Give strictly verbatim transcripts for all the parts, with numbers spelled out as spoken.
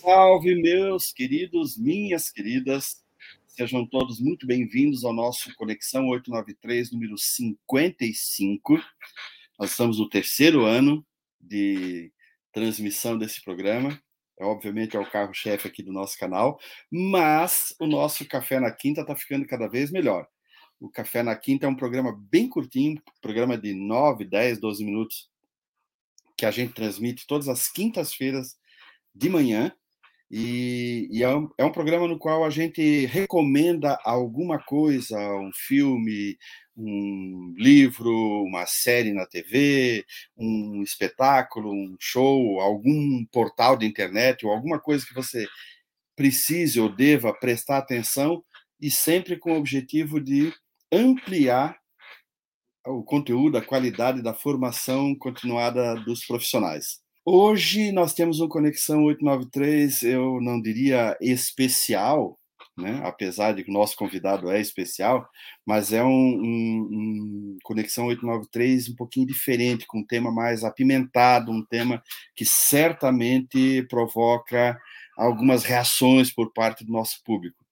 Salve, meus queridos, minhas queridas. Sejam todos muito bem-vindos ao nosso Conexão oitocentos e noventa e três, número cinquenta e cinco. Nós estamos no terceiro ano de transmissão desse programa. É, obviamente, é o carro-chefe aqui do nosso canal, mas o nosso Café na Quinta está ficando cada vez melhor. O Café na Quinta é um programa bem curtinho, programa de nove, dez, doze minutos, que a gente transmite todas as quintas-feiras de manhã. E, e é, um, é um programa no qual a gente recomenda alguma coisa, um filme, um livro, uma série na T V, um espetáculo, um show, algum portal de internet ou alguma coisa que você precise ou deva prestar atenção, e sempre com o objetivo de ampliar o conteúdo, a qualidade da formação continuada dos profissionais. Hoje nós temos um Conexão oitocentos e noventa e três, eu não diria especial, né? Apesar de que o nosso convidado é especial, mas é um, um, um Conexão oitocentos e noventa e três um pouquinho diferente, com um tema mais apimentado, um tema que certamente provoca algumas reações por parte do nosso público.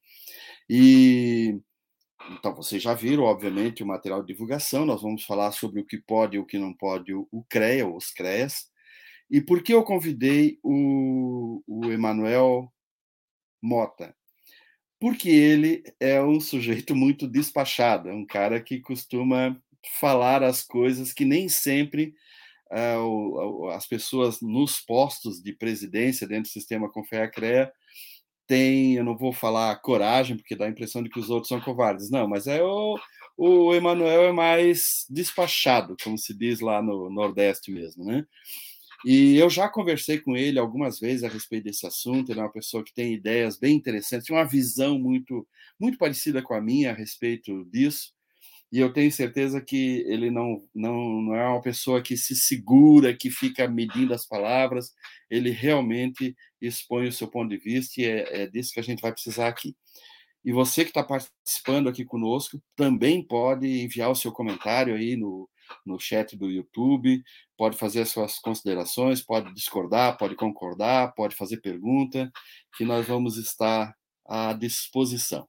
E então, vocês já viram, obviamente, o material de divulgação. Nós vamos falar sobre o que pode e o que não pode o CREA, ou os CREAs. E por que eu convidei o, o Emanuel Mota? Porque ele é um sujeito muito despachado, é um cara que costuma falar as coisas que nem sempre uh, as pessoas nos postos de presidência dentro do sistema Confea-CREA têm, eu não vou falar coragem, porque dá a impressão de que os outros são covardes, não, mas é o, o Emanuel é mais despachado, como se diz lá no Nordeste mesmo, né? E eu já conversei com ele algumas vezes a respeito desse assunto. Ele é uma pessoa que tem ideias bem interessantes, tem uma visão muito, muito parecida com a minha a respeito disso, e eu tenho certeza que ele não, não, não é uma pessoa que se segura, que fica medindo as palavras. Ele realmente expõe o seu ponto de vista, e é, é disso que a gente vai precisar aqui. E você que está participando aqui conosco também pode enviar o seu comentário aí no, no chat do YouTube, pode fazer as suas considerações, pode discordar, pode concordar, pode fazer pergunta, que nós vamos estar à disposição.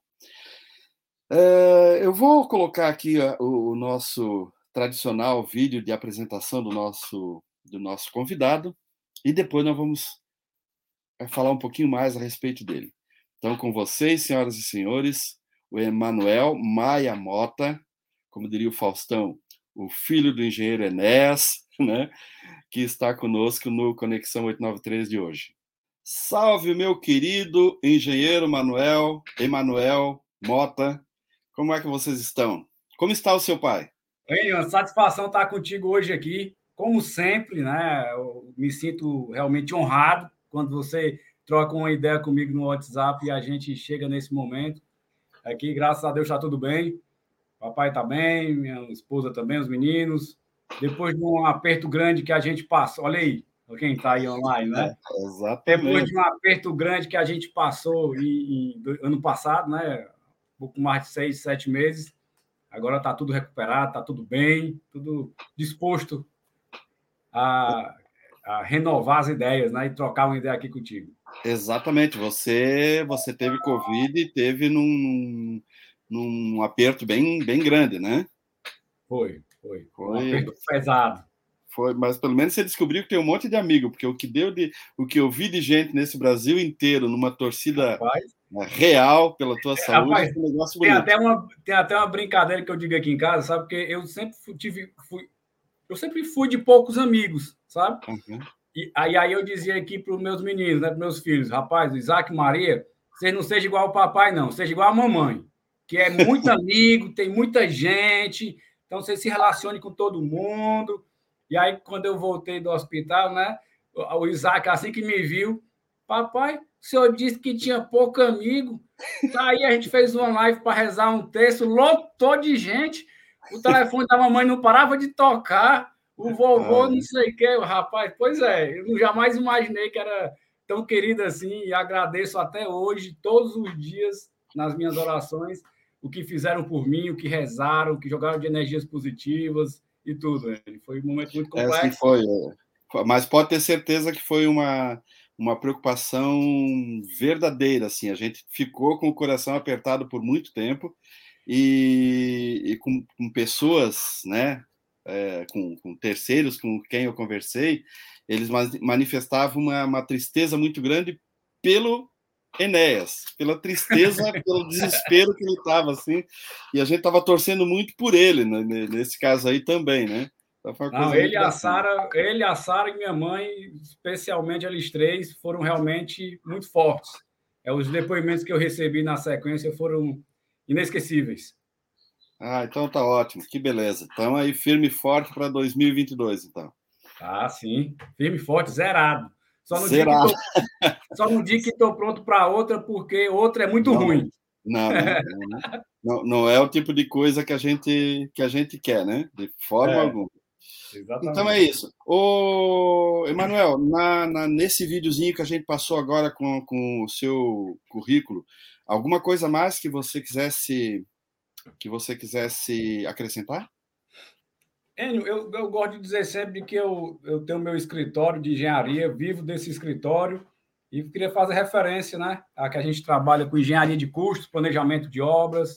É, eu vou colocar aqui o, o nosso tradicional vídeo de apresentação do nosso, do nosso convidado, e depois nós vamos falar um pouquinho mais a respeito dele. Então, com vocês, senhoras e senhores, o Emanuel Maia Mota, como diria o Faustão, o filho do engenheiro Enéas, né, que está conosco no Conexão oitocentos e noventa e três de hoje. Salve, meu querido engenheiro Manuel, Emanuel Mota, como é que vocês estão? Como está o seu pai? Bem, uma satisfação estar contigo hoje aqui, como sempre, né? Eu me sinto realmente honrado quando você troca uma ideia comigo no WhatsApp e a gente chega nesse momento. Aqui, graças a Deus, está tudo bem. Papai está bem, minha esposa também, os meninos. Depois de um aperto grande que a gente passou, olha aí, quem está aí online, né? É, exatamente. Depois de um aperto grande que a gente passou em, em, ano passado, né? Um pouco mais de seis, sete meses. Agora está tudo recuperado, está tudo bem, tudo disposto a, a renovar as ideias, né? E trocar uma ideia aqui contigo. Exatamente. Você, você teve Covid e teve num, num aperto bem, bem grande, né? Foi, foi. Foi um aperto pesado. Foi, mas pelo menos você descobriu que tem um monte de amigo, porque o que deu de, o que eu vi de gente nesse Brasil inteiro, numa torcida Rapaz, real pela tua saúde, Rapaz, é um negócio tem bonito. Até uma, tem até uma brincadeira que eu digo aqui em casa, sabe? Porque eu sempre fui, tive, fui, eu sempre fui de poucos amigos, sabe? Uhum. E aí, aí eu dizia aqui para os meus meninos, né, para meus filhos, rapaz, o Isaac e Maria, vocês não sejam igual ao papai, não, seja igual a mamãe, que é muito amigo, tem muita gente, então você se relacione com todo mundo. E aí, quando eu voltei do hospital, né, o Isaac, assim que me viu, papai, o senhor disse que tinha pouco amigo, tá aí, a gente fez uma live para rezar um texto, lotou de gente, o telefone da mamãe não parava de tocar, o vovô, não sei o que, rapaz, pois é, eu jamais imaginei que era tão querido assim, e agradeço até hoje, todos os dias, nas minhas orações, o que fizeram por mim, o que rezaram, o que jogaram de energias positivas e tudo. Foi um momento muito complexo. É, assim foi, mas pode ter certeza que foi uma, uma preocupação verdadeira, assim, a gente ficou com o coração apertado por muito tempo e, e com, com pessoas, né, é, com, com terceiros com quem eu conversei, eles manifestavam uma, uma tristeza muito grande pelo Enéas, pela tristeza, pelo desespero que ele estava, assim, e a gente estava torcendo muito por ele, né, nesse caso aí também, né? Então foi uma Não, coisa ele, a Sara, ele, a Sara e minha mãe, especialmente eles três, foram realmente muito fortes. É, os depoimentos que eu recebi na sequência foram inesquecíveis. Ah, então tá ótimo, que beleza. Então aí firme e forte para dois mil e vinte e dois, então. Ah, sim, firme e forte, zerado. Só não digo que tô, só não digo que estou pronto para outra, porque outra é muito não, ruim. Não, não, não, não, não é o tipo de coisa que a gente, que a gente quer, né? De forma é, alguma. Exatamente. Então é isso. Ô, Emanuel, na, na, nesse videozinho que a gente passou agora com, com o seu currículo, alguma coisa mais que você quisesse, que você quisesse acrescentar? Enio, eu, eu gosto de dizer sempre que eu, eu tenho meu escritório de engenharia, vivo desse escritório, e queria fazer referência, né, a que a gente trabalha com engenharia de custos, planejamento de obras,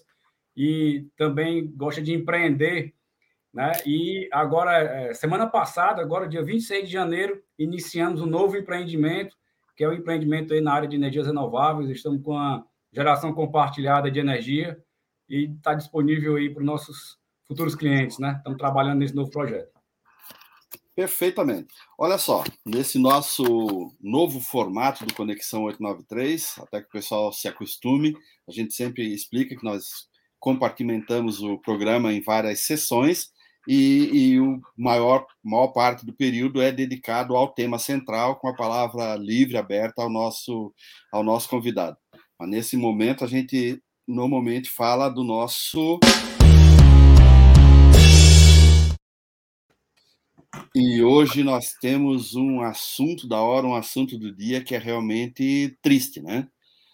e também gosta de empreender, né? E agora, semana passada, agora dia vinte e seis de janeiro, iniciamos um novo empreendimento, que é o um empreendimento aí na área de energias renováveis. Estamos com a geração compartilhada de energia e está disponível aí para os nossos futuros clientes, né? Estamos trabalhando nesse novo projeto. Perfeitamente. Olha só, nesse nosso novo formato do Conexão oitocentos e noventa e três, até que o pessoal se acostume, a gente sempre explica que nós compartimentamos o programa em várias sessões e, e o maior, maior parte do período é dedicado ao tema central, com a palavra livre, aberta ao nosso, ao nosso convidado. Mas nesse momento a gente normalmente fala do nosso... E hoje nós temos um assunto da hora, um assunto do dia que é realmente triste, né?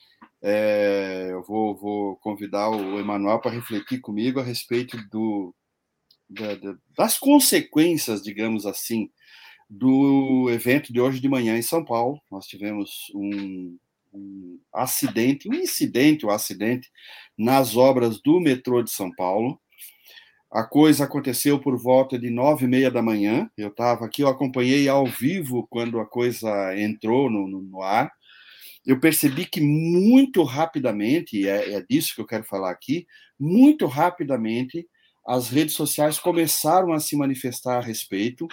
É, eu vou, vou convidar o Emanuel para refletir comigo a respeito do, da, da, das consequências, digamos assim, do evento de hoje de manhã em São Paulo. Nós tivemos um, um acidente, um incidente, um acidente nas obras do metrô de São Paulo. A coisa aconteceu por volta de nove e meia da manhã. Eu estava aqui, eu acompanhei ao vivo quando a coisa entrou no, no, no ar. Eu percebi que muito rapidamente, e é, é disso que eu quero falar aqui, muito rapidamente as redes sociais começaram a se manifestar a respeito.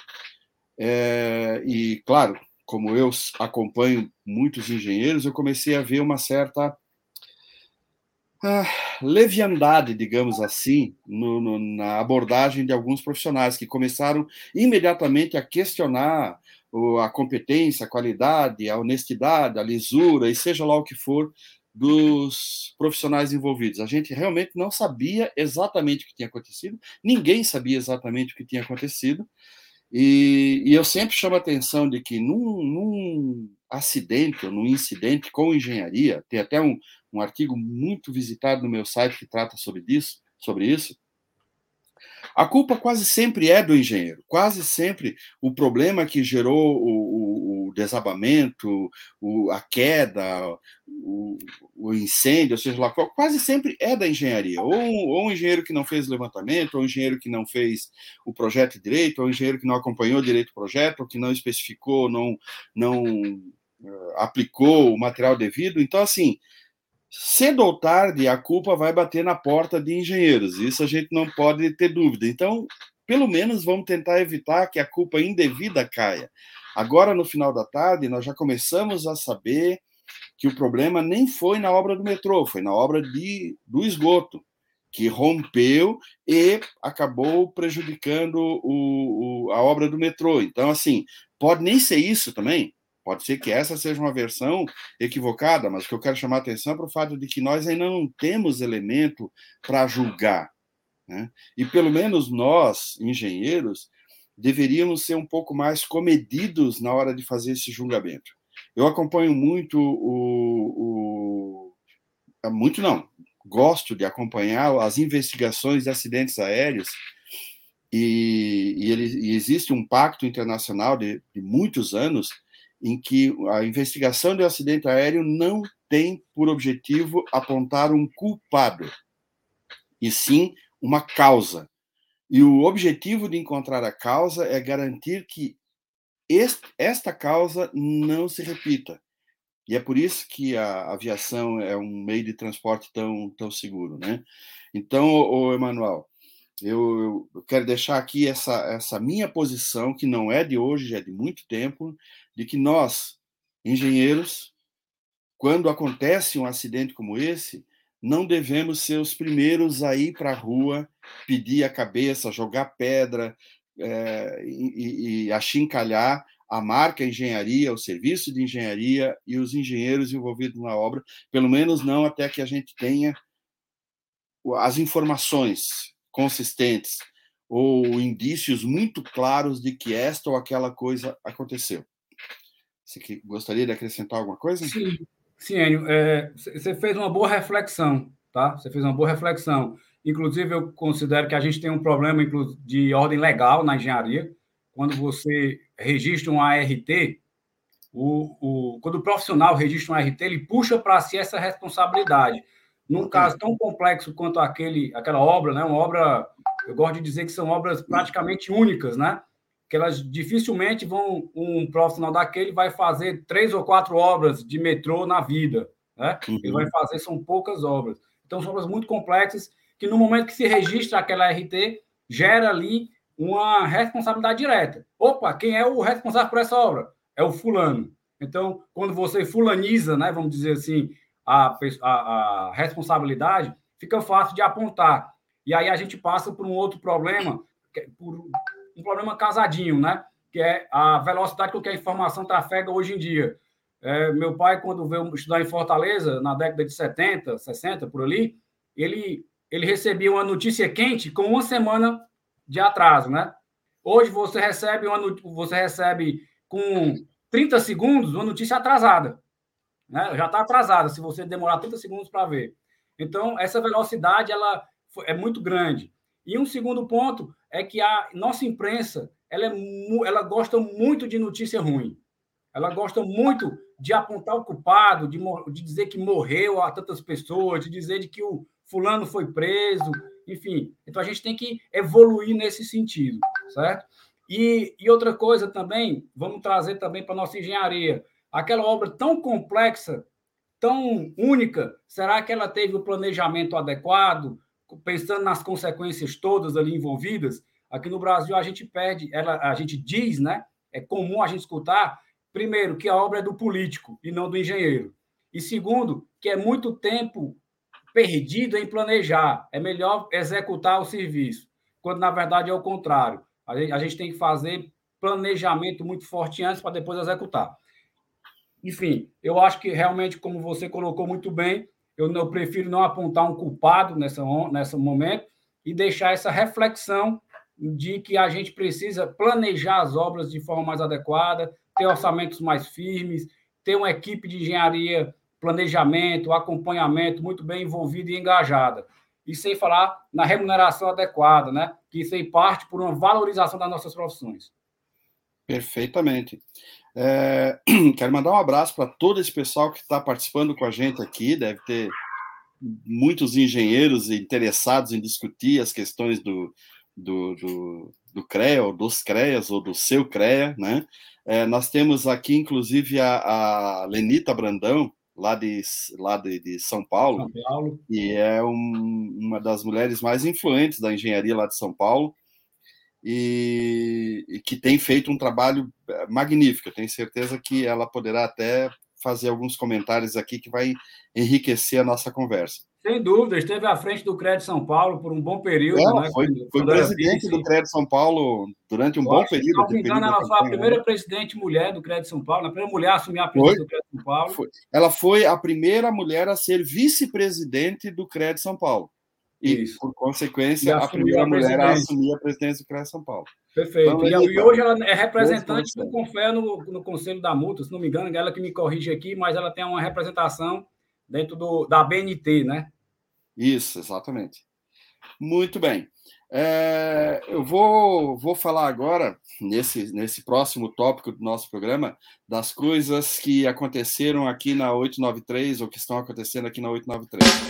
É, e, claro, como eu acompanho muitos engenheiros, eu comecei a ver uma certa Ah, leviandade, digamos assim, no, no, na abordagem de alguns profissionais que começaram imediatamente a questionar o, a competência, a qualidade, a honestidade, a lisura, e seja lá o que for, dos profissionais envolvidos. A gente realmente não sabia exatamente o que tinha acontecido, ninguém sabia exatamente o que tinha acontecido, e, e eu sempre chamo a atenção de que num, num acidente ou num incidente com engenharia, tem até um, um artigo muito visitado no meu site que trata sobre isso, sobre isso, a culpa quase sempre é do engenheiro. Quase sempre o problema que gerou o, o, o desabamento, o, a queda, o, o incêndio, ou seja lá, quase sempre é da engenharia. Ou, ou um engenheiro que não fez o levantamento, ou um engenheiro que não fez o projeto direito, ou um engenheiro que não acompanhou direito o projeto, ou que não especificou, não, não uh, aplicou o material devido. Então, assim, cedo ou tarde, a culpa vai bater na porta de engenheiros. Isso a gente não pode ter dúvida. Então, pelo menos vamos tentar evitar que a culpa indevida caia. Agora, no final da tarde, nós já começamos a saber que o problema nem foi na obra do metrô, foi na obra de, do esgoto, que rompeu e acabou prejudicando o, o, a obra do metrô. Então, assim, pode nem ser isso também. Pode ser que essa seja uma versão equivocada, mas o que eu quero chamar a atenção é para o fato de que nós ainda não temos elemento para julgar, né? E pelo menos nós, engenheiros, deveríamos ser um pouco mais comedidos na hora de fazer esse julgamento. Eu acompanho muito o... o muito não, gosto de acompanhar as investigações de acidentes aéreos E, e, ele, e existe um pacto internacional de, de muitos anos em que a investigação de um acidente aéreo não tem por objetivo apontar um culpado, e sim uma causa. E o objetivo de encontrar a causa é garantir que este, esta causa não se repita. E é por isso que a aviação é um meio de transporte tão, tão seguro, né? Então, ô, Emanuel, eu, eu quero deixar aqui essa, essa minha posição, que não é de hoje, é de muito tempo, de que nós, engenheiros, quando acontece um acidente como esse, não devemos ser os primeiros a ir para a rua, pedir a cabeça, jogar pedra é, e, e achincalhar a marca engenharia, o serviço de engenharia e os engenheiros envolvidos na obra, pelo menos não até que a gente tenha as informações consistentes ou indícios muito claros de que esta ou aquela coisa aconteceu. Você gostaria de acrescentar alguma coisa? Sim, sim, Enio, é, você fez uma boa reflexão, tá? Você fez uma boa reflexão. Inclusive, eu considero que a gente tem um problema de ordem legal na engenharia. Quando você registra um A R T, o, o, quando o profissional registra um A R T, ele puxa para si essa responsabilidade. Num caso tão complexo quanto aquele, aquela obra, né? Uma obra, eu gosto de dizer que são obras praticamente únicas, né? Que elas dificilmente vão, um profissional daquele vai fazer três ou quatro obras de metrô na vida, né? Uhum. Ele vai fazer, são poucas obras. Então, são obras muito complexas que, no momento que se registra aquela A R T, gera ali uma responsabilidade direta. Opa, quem é o responsável por essa obra? É o fulano. Então, quando você fulaniza, né, vamos dizer assim, a, a, a responsabilidade, fica fácil de apontar. E aí a gente passa por um outro problema, por um problema casadinho, né? Que é a velocidade com que a informação trafega hoje em dia. É, meu pai, quando veio estudar em Fortaleza, na década de setenta, sessenta, por ali, ele, ele recebia uma notícia quente com uma semana de atraso, né? Hoje você recebe, uma, você recebe com trinta segundos uma notícia atrasada, né? Já está atrasada, se você demorar trinta segundos para ver. Então, essa velocidade ela é muito grande. E um segundo ponto é que a nossa imprensa ela, é, ela gosta muito de notícia ruim. Ela gosta muito de apontar o culpado, de, de dizer que morreu a tantas pessoas, de dizer de que o fulano foi preso, enfim. Então, a gente tem que evoluir nesse sentido, certo? E, e outra coisa também, vamos trazer também para a nossa engenharia. Aquela obra tão complexa, tão única, será que ela teve o planejamento adequado, pensando nas consequências todas ali envolvidas? Aqui no Brasil, a gente perde, ela, a gente diz, né? É comum a gente escutar, primeiro, que a obra é do político e não do engenheiro. E segundo, que é muito tempo perdido em planejar. É melhor executar o serviço, quando, na verdade, é o contrário. A gente, a gente tem que fazer planejamento muito forte antes para depois executar. Enfim, eu acho que realmente, como você colocou muito bem, eu, eu prefiro não apontar um culpado nessa, nesse momento e deixar essa reflexão de que a gente precisa planejar as obras de forma mais adequada, ter orçamentos mais firmes, ter uma equipe de engenharia, planejamento, acompanhamento muito bem envolvida e engajada. E sem falar na remuneração adequada, né? Que isso aí parte por uma valorização das nossas profissões. Perfeitamente. É, quero mandar um abraço para todo esse pessoal que está participando com a gente aqui. Deve ter muitos engenheiros interessados em discutir as questões do, do, do, do CREA, ou dos CREAs, ou do seu CREA, né? É, nós temos aqui, inclusive, a, a Lenita Brandão, lá de, lá de, de São Paulo, São Paulo, e é um, uma das mulheres mais influentes da engenharia lá de São Paulo, e, e que tem feito um trabalho magnífico. Eu tenho certeza que ela poderá até fazer alguns comentários aqui que vai enriquecer a nossa conversa. Sem dúvida, esteve à frente do CREA de São Paulo por um bom período. Ela né? foi, foi presidente do CREA de São Paulo durante um Eu bom período. Se não me engano, ela foi a primeira né? presidente mulher do CREA de São Paulo, a primeira mulher a assumir a presidência do CREA de São Paulo. Foi. Ela foi a primeira mulher a ser vice-presidente do CREA de São Paulo. E, Isso. por consequência, a primeira a mulher a assumir a presidência do CREA de São Paulo. Perfeito. Então, e, e hoje ela é representante do CONFEA no, no Conselho da Multa, se não me engano, ela que me corrige aqui, mas ela tem uma representação dentro do, da B N T, né? Isso, exatamente. Muito bem. É, eu vou, vou falar agora, nesse, nesse próximo tópico do nosso programa, das coisas que aconteceram aqui na oitocentos e noventa e três, ou que estão acontecendo aqui na oitocentos e noventa e três.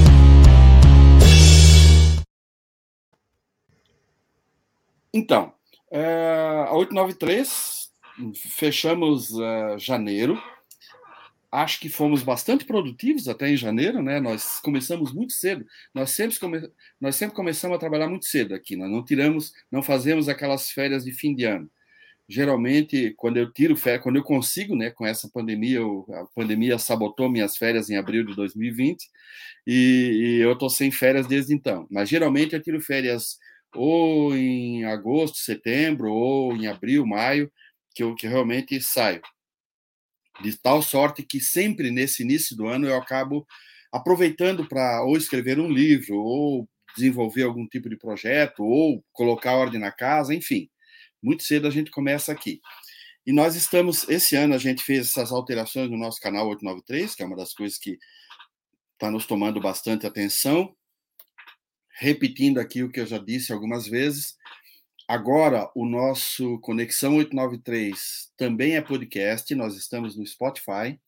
Então, é, a oitocentos e noventa e três, fechamos uh, janeiro. Acho que fomos bastante produtivos até em janeiro, né? Nós começamos muito cedo. Nós sempre, come... nós sempre começamos a trabalhar muito cedo aqui. Nós não tiramos, não fazemos aquelas férias de fim de ano. Geralmente, quando eu tiro férias, quando eu consigo, né? Com essa pandemia, eu... a pandemia sabotou minhas férias em abril de dois mil e vinte e, e eu estou sem férias desde então. Mas geralmente eu tiro férias ou em agosto, setembro, ou em abril, maio, que eu que realmente saio. De tal sorte que sempre nesse início do ano eu acabo aproveitando para ou escrever um livro, ou desenvolver algum tipo de projeto, ou colocar ordem na casa, enfim. Muito cedo a gente começa aqui. E nós estamos, esse ano a gente fez essas alterações no nosso canal oitocentos e noventa e três, que é uma das coisas que está nos tomando bastante atenção. Repetindo aqui o que eu já disse algumas vezes, agora, o nosso Conexão oitocentos e noventa e três também é podcast, nós estamos no Spotify,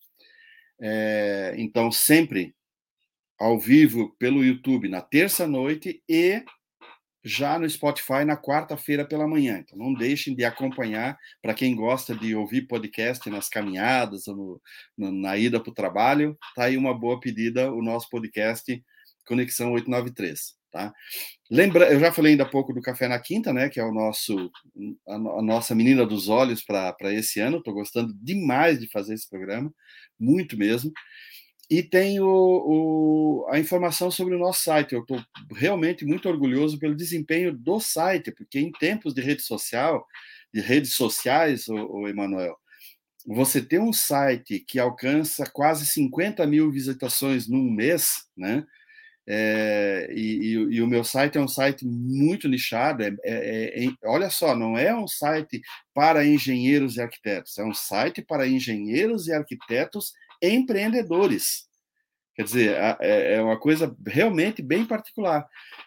é, então sempre ao vivo pelo YouTube na terça-noite e já no Spotify na quarta-feira pela manhã. Então não deixem de acompanhar, para quem gosta de ouvir podcast nas caminhadas, ou no, na ida para o trabalho, tá aí uma boa pedida, o nosso podcast Conexão oitocentos e noventa e três. Tá? Lembra, eu já falei ainda há pouco do Café na Quinta, né, que é o nosso, a, a nossa menina dos olhos para esse ano. Estou gostando demais de fazer esse programa, muito mesmo. E tem o, o, a informação sobre o nosso site. Eu estou realmente muito orgulhoso pelo desempenho do site, porque em tempos de rede social, de redes sociais, o, o Emanuel, você ter um site que alcança quase cinquenta mil visitações num mês, né? É, e, e, e o meu site é um site muito nichado. É, é, é, olha só, não é um site para engenheiros e arquitetos, é um site para engenheiros e arquitetos empreendedores. Quer dizer, é, é uma coisa realmente bem particular.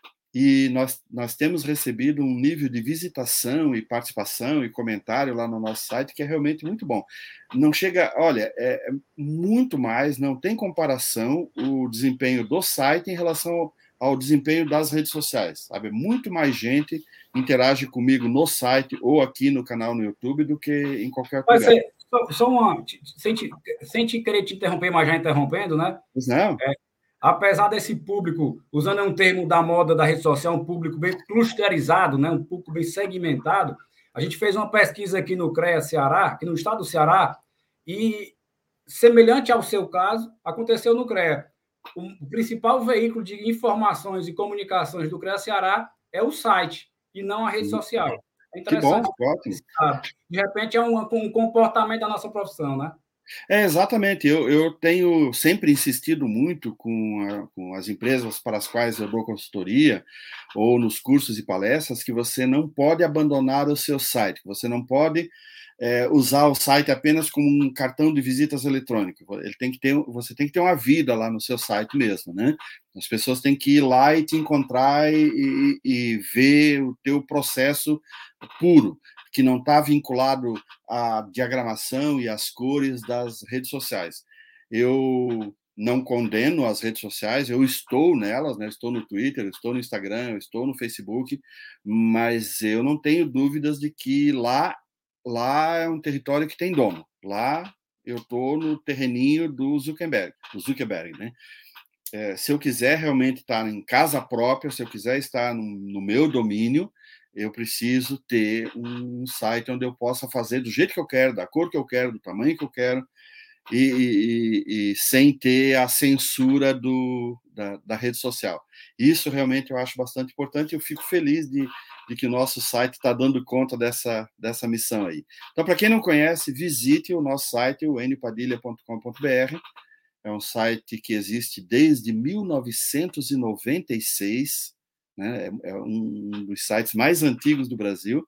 E nós, nós temos recebido um nível de visitação e participação e comentário lá no nosso site que é realmente muito bom. Não chega, olha, é muito mais, não tem comparação o desempenho do site em relação ao desempenho das redes sociais, sabe? Muito mais gente interage comigo no site ou aqui no canal no YouTube do que em qualquer outro lugar. Ser, só, só uma, sem te, sem te querer te interromper, mas já interrompendo, né? Pois não. É, apesar desse público, usando um termo da moda da rede social, um público bem clusterizado, né? Um público bem segmentado, a gente fez uma pesquisa aqui no CREA Ceará, aqui no estado do Ceará, e, semelhante ao seu caso, aconteceu no CREA. O principal veículo de informações e comunicações do CREA Ceará é o site, e não a rede social. É interessante. Que bom, ótimo. De repente, é um, um comportamento da nossa profissão, né? É, exatamente. Eu, eu tenho sempre insistido muito com, a, com as empresas para as quais eu dou consultoria, ou nos cursos e palestras, que você não pode abandonar o seu site, que você não pode é, usar o site apenas como um cartão de visitas eletrônico. Ele tem que ter, você tem que ter uma vida lá no seu site mesmo, né? As pessoas têm que ir lá e te encontrar e, e, e ver o teu processo puro, que não está vinculado à diagramação e às cores das redes sociais. Eu não condeno as redes sociais, eu estou nelas, né? Estou no Twitter, estou no Instagram, estou no Facebook, mas eu não tenho dúvidas de que lá, lá é um território que tem dono. Lá eu estou no terreninho do Zuckerberg, do Zuckerberg, né? É, se eu quiser realmente estar em casa própria, se eu quiser estar no, no meu domínio, eu preciso ter um site onde eu possa fazer do jeito que eu quero, da cor que eu quero, do tamanho que eu quero, e, e, e sem ter a censura do, da, da rede social. Isso realmente eu acho bastante importante e eu fico feliz de, de que o nosso site está dando conta dessa, dessa missão aí. Então, para quem não conhece, visite o nosso site, o enio padilha ponto com ponto b r. É um site que existe desde mil novecentos e noventa e seis, né? É um dos sites mais antigos do Brasil,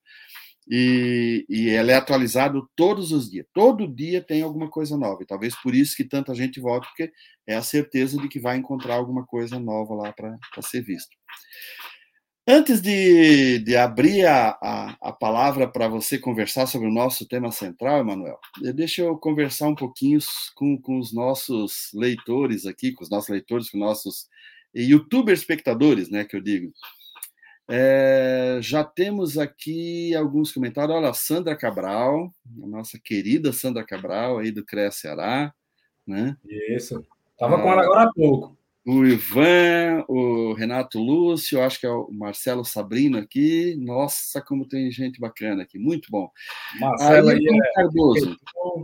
e, e ele é atualizado todos os dias. Todo dia tem alguma coisa nova, e talvez por isso que tanta gente volta, porque é a certeza de que vai encontrar alguma coisa nova lá para ser visto. Antes de, de abrir a, a, a palavra para você conversar sobre o nosso tema central, Emanuel, deixa eu conversar um pouquinho com, com os nossos leitores aqui, com os nossos leitores, com os nossos youtubers espectadores, né, que eu digo. É, já temos aqui alguns comentários. Olha, a Sandra Cabral, a nossa querida Sandra Cabral, aí do CREA Ceará, né? Isso. Estava ah, com ela agora há pouco. O Ivan, o Renato Lúcio, acho que é o Marcelo Sabrino aqui. Nossa, como tem gente bacana aqui, muito bom. Marcelo Ayrton é... Cardoso.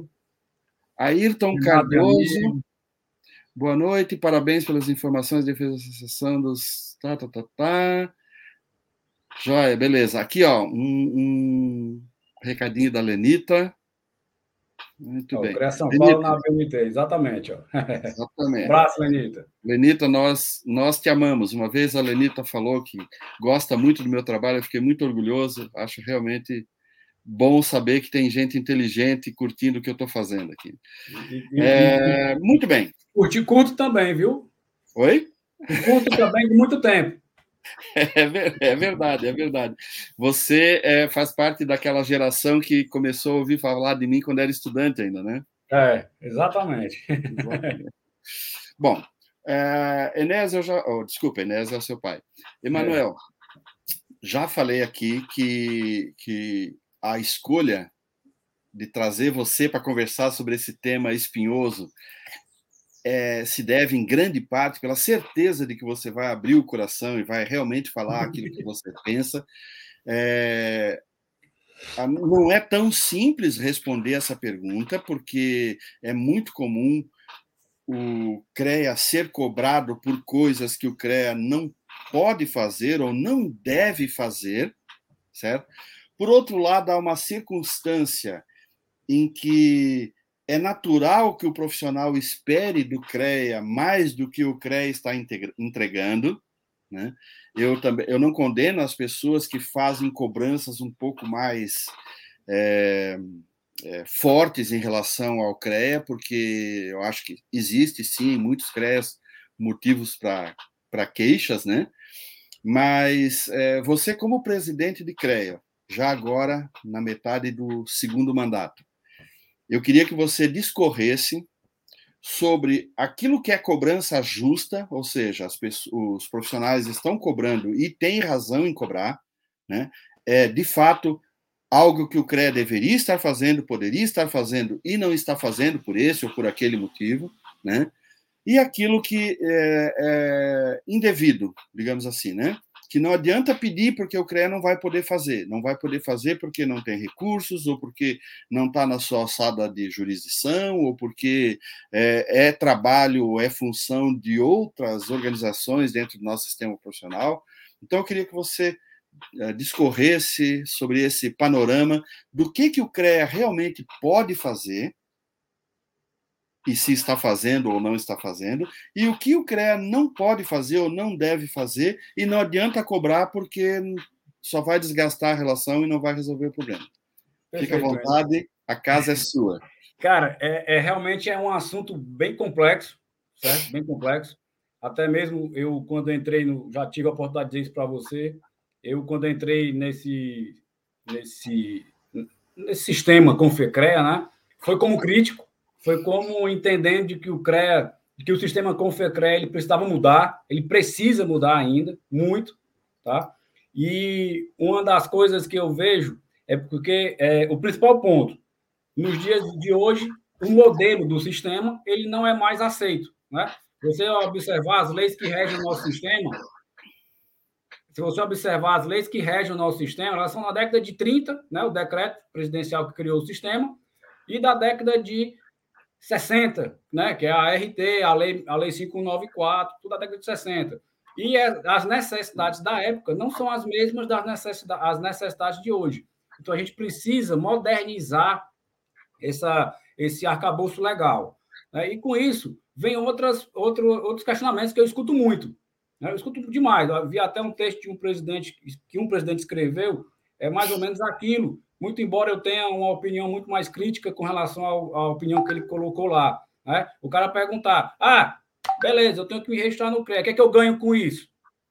Ayrton Cardoso. Boa noite, parabéns pelas informações de defesa da associação dos... Tá, tá, tá, tá. Joia, beleza. Aqui, ó, um, um recadinho da Lenita. Muito ó, bem. O CREA São Paulo na B M T, exatamente. Ó. Exatamente. Um abraço, Lenita. Lenita, nós, nós te amamos. Uma vez a Lenita falou que gosta muito do meu trabalho, eu fiquei muito orgulhoso. Acho realmente bom saber que tem gente inteligente curtindo o que eu estou fazendo aqui. E, e, é, e, muito bem. Curti curto também, viu? Oi? Curto também de muito tempo. É, é verdade, é verdade. Você é, faz parte daquela geração que começou a ouvir falar de mim quando era estudante ainda, né? É, exatamente. exatamente. Bom, é, Enéas, eu já... Oh, desculpa, Enéas é o seu pai. Emanuel, é. já falei aqui que, que a escolha de trazer você para conversar sobre esse tema espinhoso É, se deve, em grande parte, pela certeza de que você vai abrir o coração e vai realmente falar aquilo que você pensa. É, não é tão simples responder essa pergunta, porque é muito comum o CREA ser cobrado por coisas que o CREA não pode fazer ou não deve fazer, certo? Por outro lado, há uma circunstância em que é natural que o profissional espere do CREA mais do que o CREA está entregando, né? Eu também, eu não condeno as pessoas que fazem cobranças um pouco mais é, é, fortes em relação ao CREA, porque eu acho que existe sim em muitos CREAs motivos para para queixas, né? Mas é, você como presidente de CREA, já agora na metade do segundo mandato, eu queria que você discorresse sobre aquilo que é cobrança justa, ou seja, as pessoas, os profissionais estão cobrando e têm razão em cobrar, né? É, de fato, algo que o CREA deveria estar fazendo, poderia estar fazendo e não está fazendo por esse ou por aquele motivo, né? E aquilo que é, é indevido, digamos assim, né? Que não adianta pedir porque o CREA não vai poder fazer. Não vai poder fazer porque não tem recursos, ou porque não está na sua alçada de jurisdição, ou porque é, é trabalho, ou é função de outras organizações dentro do nosso sistema profissional. Então, eu queria que você é, discorresse sobre esse panorama do que, que o CREA realmente pode fazer, e se está fazendo ou não está fazendo, e o que o CREA não pode fazer ou não deve fazer, e não adianta cobrar porque só vai desgastar a relação e não vai resolver o problema. Perfeito, Fica à vontade, é. A casa é sua. Cara, é, é, realmente é um assunto bem complexo, certo? Bem complexo. Até mesmo eu, quando entrei no... Já tive a oportunidade de dizer isso para você. Eu, quando entrei nesse, nesse, nesse sistema com o FECREA, né? Foi como crítico, foi como entendendo de que o CREA, de que o sistema com o FECREA ele precisava mudar, ele precisa mudar ainda, muito, tá? E uma das coisas que eu vejo é porque é, o principal ponto, nos dias de hoje, o modelo do sistema ele não é mais aceito, né? Você observar as leis que regem o nosso sistema, se você observar as leis que regem o nosso sistema, elas são na década de trinta, né? O decreto presidencial que criou o sistema, e da década de sessenta, né? Que é a R T, a lei, a lei cinco mil novecentos e noventa e quatro, tudo da década de sessenta. E as necessidades da época não são as mesmas das necessidades, as necessidades de hoje. Então, a gente precisa modernizar essa, esse arcabouço legal. Né? E, com isso, vem outras, outro, outros questionamentos que eu escuto muito. Né? Eu escuto demais. Eu vi até um texto de um presidente que um presidente escreveu, é mais ou menos aquilo. Muito embora eu tenha uma opinião muito mais crítica com relação ao, à opinião que ele colocou lá. Né? O cara perguntar, ah, beleza, eu tenho que me registrar no CREA, o que é que eu ganho com isso?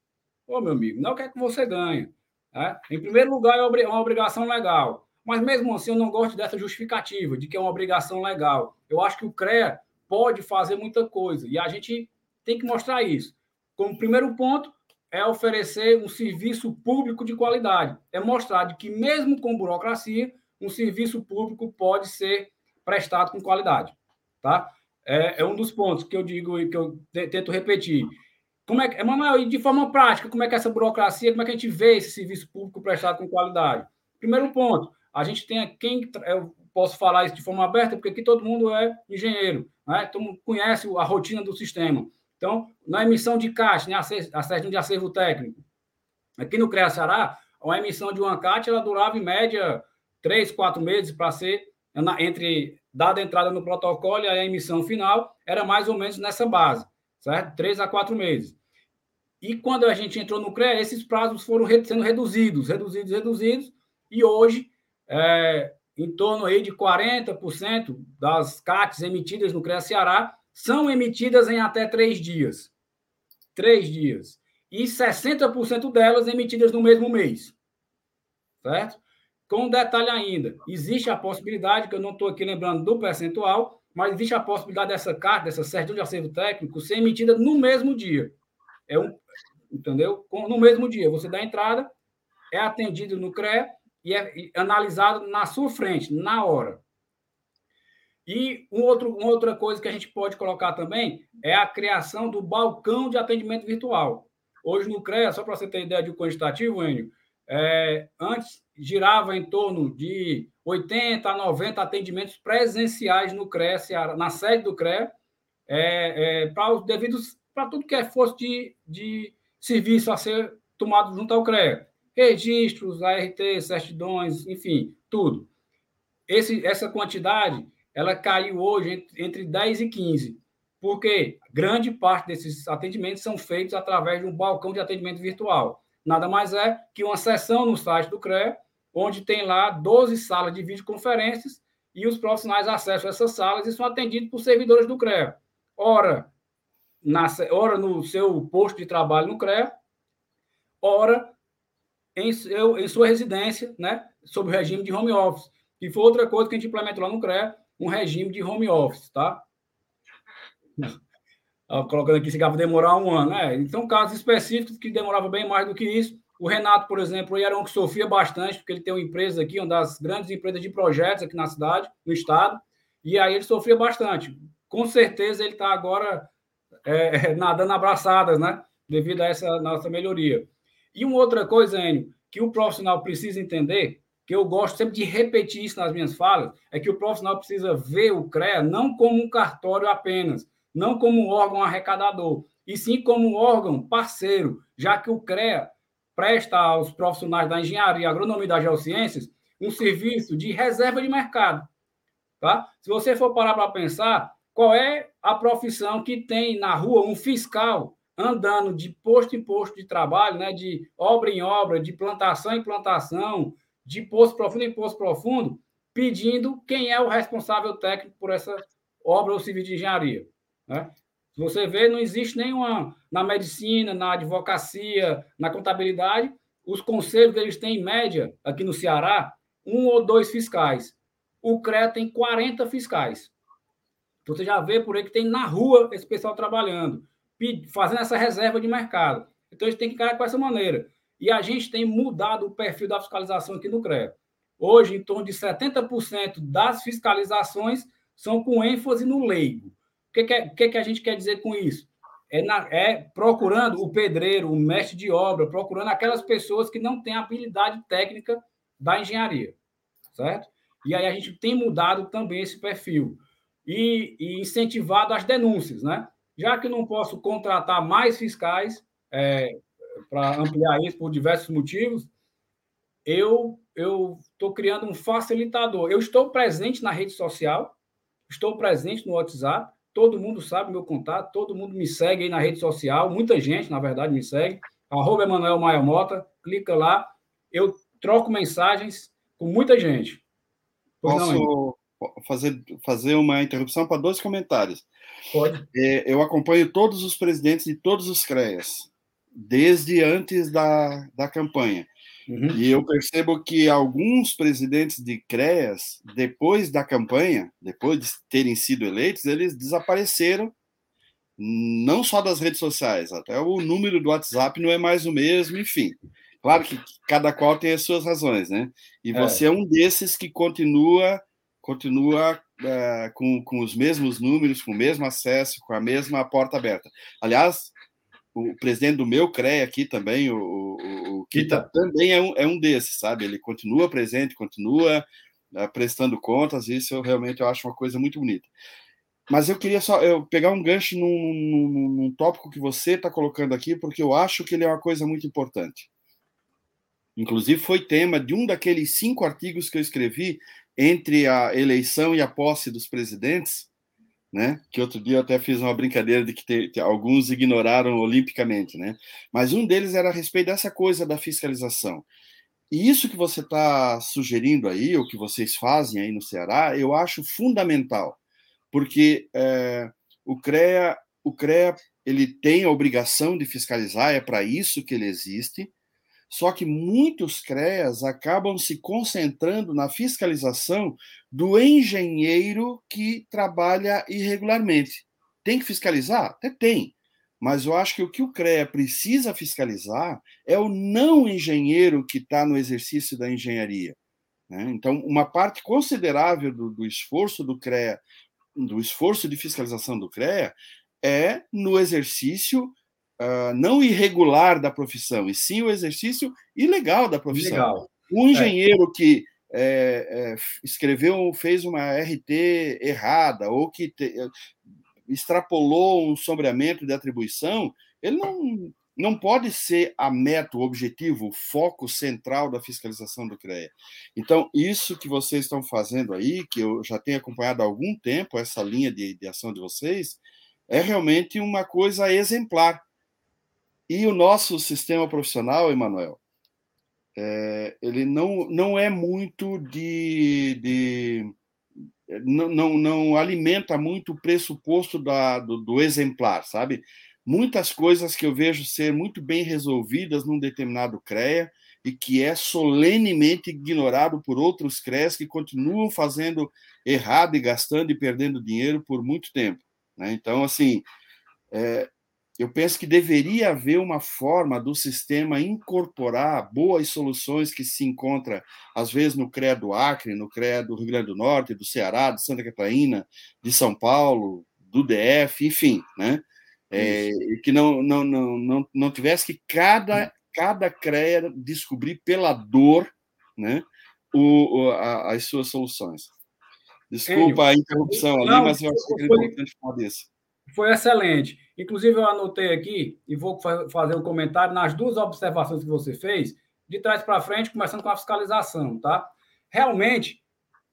Ô, meu amigo, não é o que é que você ganha. Né? Em primeiro lugar, é uma obrigação legal. Mas, mesmo assim, eu não gosto dessa justificativa de que é uma obrigação legal. Eu acho que o CREA pode fazer muita coisa. E a gente tem que mostrar isso. Como primeiro ponto, é oferecer um serviço público de qualidade. É mostrar de que, mesmo com burocracia, um serviço público pode ser prestado com qualidade. Tá? É, é um dos pontos que eu digo e que eu tento repetir. Como é que, Emanuel, de forma prática, como é que essa burocracia, como é que a gente vê esse serviço público prestado com qualidade? Primeiro ponto, a gente tem quem, eu posso falar isso de forma aberta, porque aqui todo mundo é engenheiro, né? Todo mundo conhece a rotina do sistema. Então, na emissão de caixa, né, a certidão de acervo técnico, aqui no CREA Ceará, a emissão de uma C A T ela durava, em média, três, quatro meses para ser, entre dada a entrada no protocolo e a emissão final, era mais ou menos nessa base, certo? Três a quatro meses. E quando a gente entrou no CREA, esses prazos foram sendo reduzidos, reduzidos, reduzidos, e hoje, é, em torno aí de quarenta por cento das C A Ts emitidas no CREA Ceará são emitidas em até três dias. Três dias. E sessenta por cento delas emitidas no mesmo mês. Certo? Com um detalhe ainda, existe a possibilidade, que eu não estou aqui lembrando do percentual, mas existe a possibilidade dessa carta, dessa certidão de acervo técnico, ser emitida no mesmo dia. É um, entendeu? No mesmo dia. Você dá a entrada, é atendido no CREA e é analisado na sua frente, na hora. E um outro, uma outra coisa que a gente pode colocar também é a criação do balcão de atendimento virtual. Hoje no CREA, só para você ter ideia de um quantitativo, Enio, é, antes girava em torno de oitenta a noventa atendimentos presenciais no CREA, na sede do CREA, é, é, para os devidos, para tudo que é fosse de, de serviço a ser tomado junto ao CREA. Registros, A R T, certidões, enfim, tudo. Esse, essa quantidade ela caiu hoje entre dez e quinze, porque grande parte desses atendimentos são feitos através de um balcão de atendimento virtual. Nada mais é que uma sessão no site do CREA, onde tem lá doze salas de videoconferências e os profissionais acessam essas salas e são atendidos por servidores do CREA. Ora, na, ora no seu posto de trabalho no CREA, ora em, seu, em sua residência, né, sob o regime de home office. E foi outra coisa que a gente implementou lá no CREA, um regime de home office, tá? Colocando aqui se vai demorar um ano, né? Então, casos específicos que demorava bem mais do que isso. O Renato, por exemplo, ele era um que sofria bastante, porque ele tem uma empresa aqui, uma das grandes empresas de projetos aqui na cidade, no estado, e aí ele sofria bastante. Com certeza ele está agora é, nadando abraçadas, né? Devido a essa nossa melhoria. E uma outra coisa, Enio, que o profissional precisa entender, que eu gosto sempre de repetir isso nas minhas falas, é que o profissional precisa ver o CREA não como um cartório apenas, não como um órgão arrecadador, e sim como um órgão parceiro, já que o CREA presta aos profissionais da engenharia, agronomia e das geociências um serviço de reserva de mercado. Tá? Se você for parar para pensar, qual é a profissão que tem na rua um fiscal andando de posto em posto de trabalho, né, de obra em obra, de plantação em plantação, de poço profundo em poço profundo, pedindo quem é o responsável técnico por essa obra ou serviço de engenharia. Né? Se você vê, não existe nenhuma na medicina, na advocacia, na contabilidade, os conselhos eles têm, em média, aqui no Ceará, um ou dois fiscais. O CREA tem quarenta fiscais. Você já vê por aí que tem na rua esse pessoal trabalhando, fazendo essa reserva de mercado. Então, a gente tem que encarar com essa maneira. E a gente tem mudado o perfil da fiscalização aqui no CREA. Hoje, em torno de setenta por cento das fiscalizações são com ênfase no leigo. O que, que, é, o que, que a gente quer dizer com isso? É, na, é procurando o pedreiro, o mestre de obra, procurando aquelas pessoas que não têm habilidade técnica da engenharia, certo? E aí a gente tem mudado também esse perfil e, e incentivado as denúncias, né? Já que eu não posso contratar mais fiscais é, para ampliar isso por diversos motivos, eu eu estou criando um facilitador. Eu estou presente na rede social, estou presente no WhatsApp, todo mundo sabe meu contato, todo mundo me segue aí na rede social, muita gente, na verdade, me segue, arroba Emanuel Maia Mota, clica lá, eu troco mensagens com muita gente. Pois Posso não, fazer, fazer uma interrupção para dois comentários. Pode. É, eu acompanho todos os presidentes de todos os CREAs. desde antes da, da campanha. Uhum. E eu percebo que alguns presidentes de CREAS, depois da campanha, depois de terem sido eleitos, eles desapareceram, não só das redes sociais, até o número do WhatsApp não é mais o mesmo, enfim. Claro que cada qual tem as suas razões, né? E você é, é um desses que continua, continua é, com, com os mesmos números, com o mesmo acesso, com a mesma porta aberta. Aliás, o presidente do meu CREA aqui também, o, o, o Kita, também é um, é um desses, sabe? Ele continua presente, continua é, prestando contas, isso eu realmente eu acho uma coisa muito bonita. Mas eu queria só eu pegar um gancho num, num, num tópico que você está colocando aqui, porque eu acho que ele é uma coisa muito importante. Inclusive, foi tema de um daqueles cinco artigos que eu escrevi entre a eleição e a posse dos presidentes, né? Que outro dia eu até fiz uma brincadeira de que te, te, alguns ignoraram olimpicamente, né? Mas um deles era a respeito dessa coisa da fiscalização. E isso que você está sugerindo aí, ou que vocês fazem aí no Ceará, eu acho fundamental, porque é, o CREA, o CREA ele tem a obrigação de fiscalizar, é para isso que ele existe. Só que muitos CREAs acabam se concentrando na fiscalização do engenheiro que trabalha irregularmente. Tem que fiscalizar? Até tem. Mas eu acho que o que o CREA precisa fiscalizar é o não engenheiro que está no exercício da engenharia. Né? Então, uma parte considerável do, do esforço do CREA, do esforço de fiscalização do CREA, é no exercício Uh, não irregular da profissão, e sim o exercício ilegal da profissão. Ilegal. Um engenheiro é. que é, é, escreveu, fez uma R T errada, ou que te, extrapolou um sombreamento de atribuição, ele não, não pode ser a meta, o objetivo, o foco central da fiscalização do CREA. Então, isso que vocês estão fazendo aí, que eu já tenho acompanhado há algum tempo, essa linha de, de ação de vocês, é realmente uma coisa exemplar. E o nosso sistema profissional, Emanuel, é, ele não, não é muito de... de não, não, não alimenta muito o pressuposto da, do, do exemplar, sabe? Muitas coisas que eu vejo ser muito bem resolvidas num determinado CREA e que é solenemente ignorado por outros CREAs que continuam fazendo errado e gastando e perdendo dinheiro por muito tempo. Né? Então, assim... É, eu penso que deveria haver uma forma do sistema incorporar boas soluções que se encontram, às vezes, no CREA do Acre, no CREA do Rio Grande do Norte, do Ceará, de Santa Catarina, de São Paulo, do D F, enfim, né? É, que não, não, não, não, não tivesse que cada, cada CREA descobrir pela dor, né, o, o, a, as suas soluções. Desculpa a interrupção ali, não, mas eu acho que é importante falar disso. Foi excelente. Inclusive, eu anotei aqui e vou fazer um comentário nas duas observações que você fez, de trás para frente, começando com a fiscalização, tá? Realmente,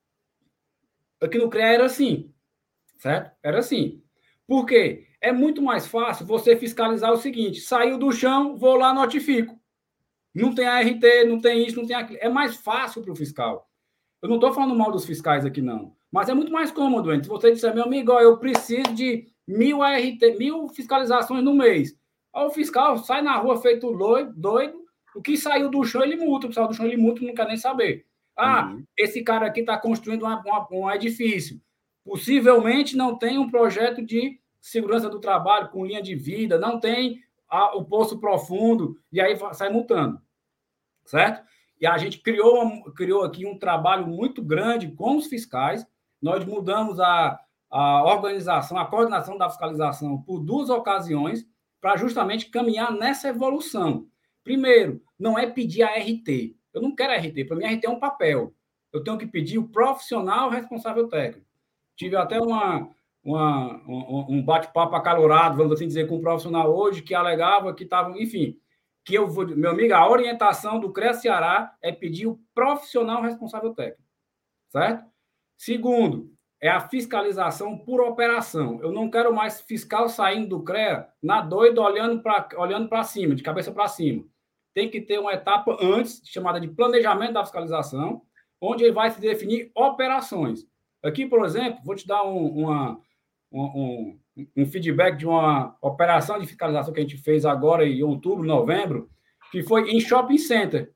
aqui no CREA era assim, certo? Era assim. Por quê? É muito mais fácil você fiscalizar o seguinte: saiu do chão, vou lá, notifico. Não tem A R T, não tem isso, não tem aquilo. É mais fácil para o fiscal. Eu não estou falando mal dos fiscais aqui, não. Mas é muito mais cômodo, hein? Se você disser, meu amigo, ó, eu preciso de mil A R T, mil fiscalizações no mês. Aí o fiscal sai na rua feito doido, doido. O que saiu do chão, ele multa. O que saiu do chão, ele multa, não quer nem saber. Ah, uhum. Esse cara aqui está construindo uma, uma, um edifício. Possivelmente não tem um projeto de segurança do trabalho com linha de vida, não tem a, o poço profundo, e aí sai multando. Certo? E a gente criou, criou aqui um trabalho muito grande com os fiscais. Nós mudamos a, a organização, a coordenação da fiscalização por duas ocasiões para justamente caminhar nessa evolução. Primeiro, não é pedir a R T. Eu não quero a R T. Para mim, a R T é um papel. Eu tenho que pedir o profissional responsável técnico. Tive até uma, uma, um, um bate-papo acalorado, vamos assim dizer, com um profissional hoje que alegava que estavam, enfim... que eu vou, meu amigo, a orientação do CREA Ceará é pedir o profissional responsável técnico, certo? Segundo, é a fiscalização por operação. Eu não quero mais fiscal saindo do CREA na doida olhando para olhando para cima, de cabeça para cima. Tem que ter uma etapa antes, chamada de planejamento da fiscalização, onde ele vai se definir operações. Aqui, por exemplo, vou te dar um, uma, um, um, um feedback de uma operação de fiscalização que a gente fez agora em outubro, novembro, que foi em shopping center.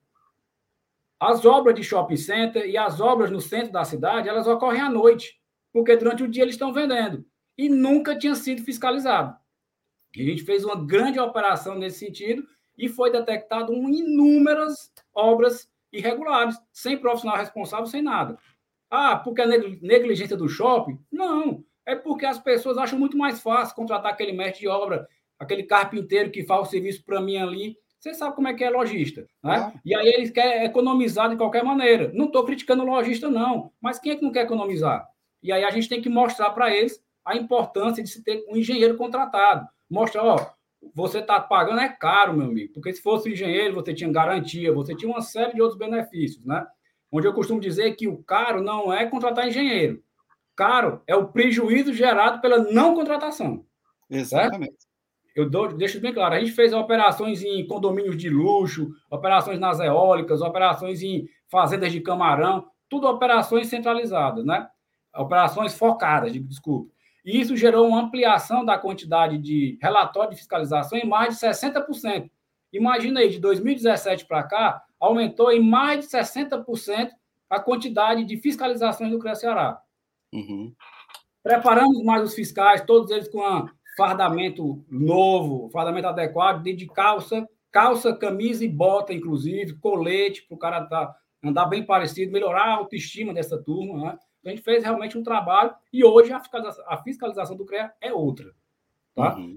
As obras de shopping center e as obras no centro da cidade, elas ocorrem à noite, porque durante o dia eles estão vendendo. E nunca tinha sido fiscalizado. E a gente fez uma grande operação nesse sentido e foi detectado inúmeras obras irregulares, sem profissional responsável, sem nada. Ah, porque a negligência do shopping? Não, é porque as pessoas acham muito mais fácil contratar aquele mestre de obra, aquele carpinteiro que faz o serviço para mim ali. Você sabe como é que é lojista, né? Ah. E aí eles querem economizar de qualquer maneira. Não estou criticando o lojista, não, mas quem é que não quer economizar? E aí a gente tem que mostrar para eles a importância de se ter um engenheiro contratado. Mostrar, ó, você está pagando é caro, meu amigo, porque se fosse engenheiro, você tinha garantia, você tinha uma série de outros benefícios, né? Onde eu costumo dizer que o caro não é contratar engenheiro. Caro é o prejuízo gerado pela não contratação. Exatamente. Certo? Eu dou, deixo bem claro, a gente fez operações em condomínios de luxo, operações nas eólicas, operações em fazendas de camarão, tudo operações centralizadas, né? Operações focadas, desculpa. E isso gerou uma ampliação da quantidade de relatório de fiscalização em mais de sessenta por cento. Imagina aí, de dois mil e dezessete para cá, aumentou em mais de sessenta por cento a quantidade de fiscalizações do CREA Ceará. Uhum. Preparamos mais os fiscais, todos eles com um fardamento novo, fardamento adequado, de calça, calça, camisa e bota, inclusive, colete, para o cara tá, andar bem parecido, melhorar a autoestima dessa turma, né? A gente fez realmente um trabalho e hoje a fiscalização, a fiscalização do CREA é outra. Tá? Uhum.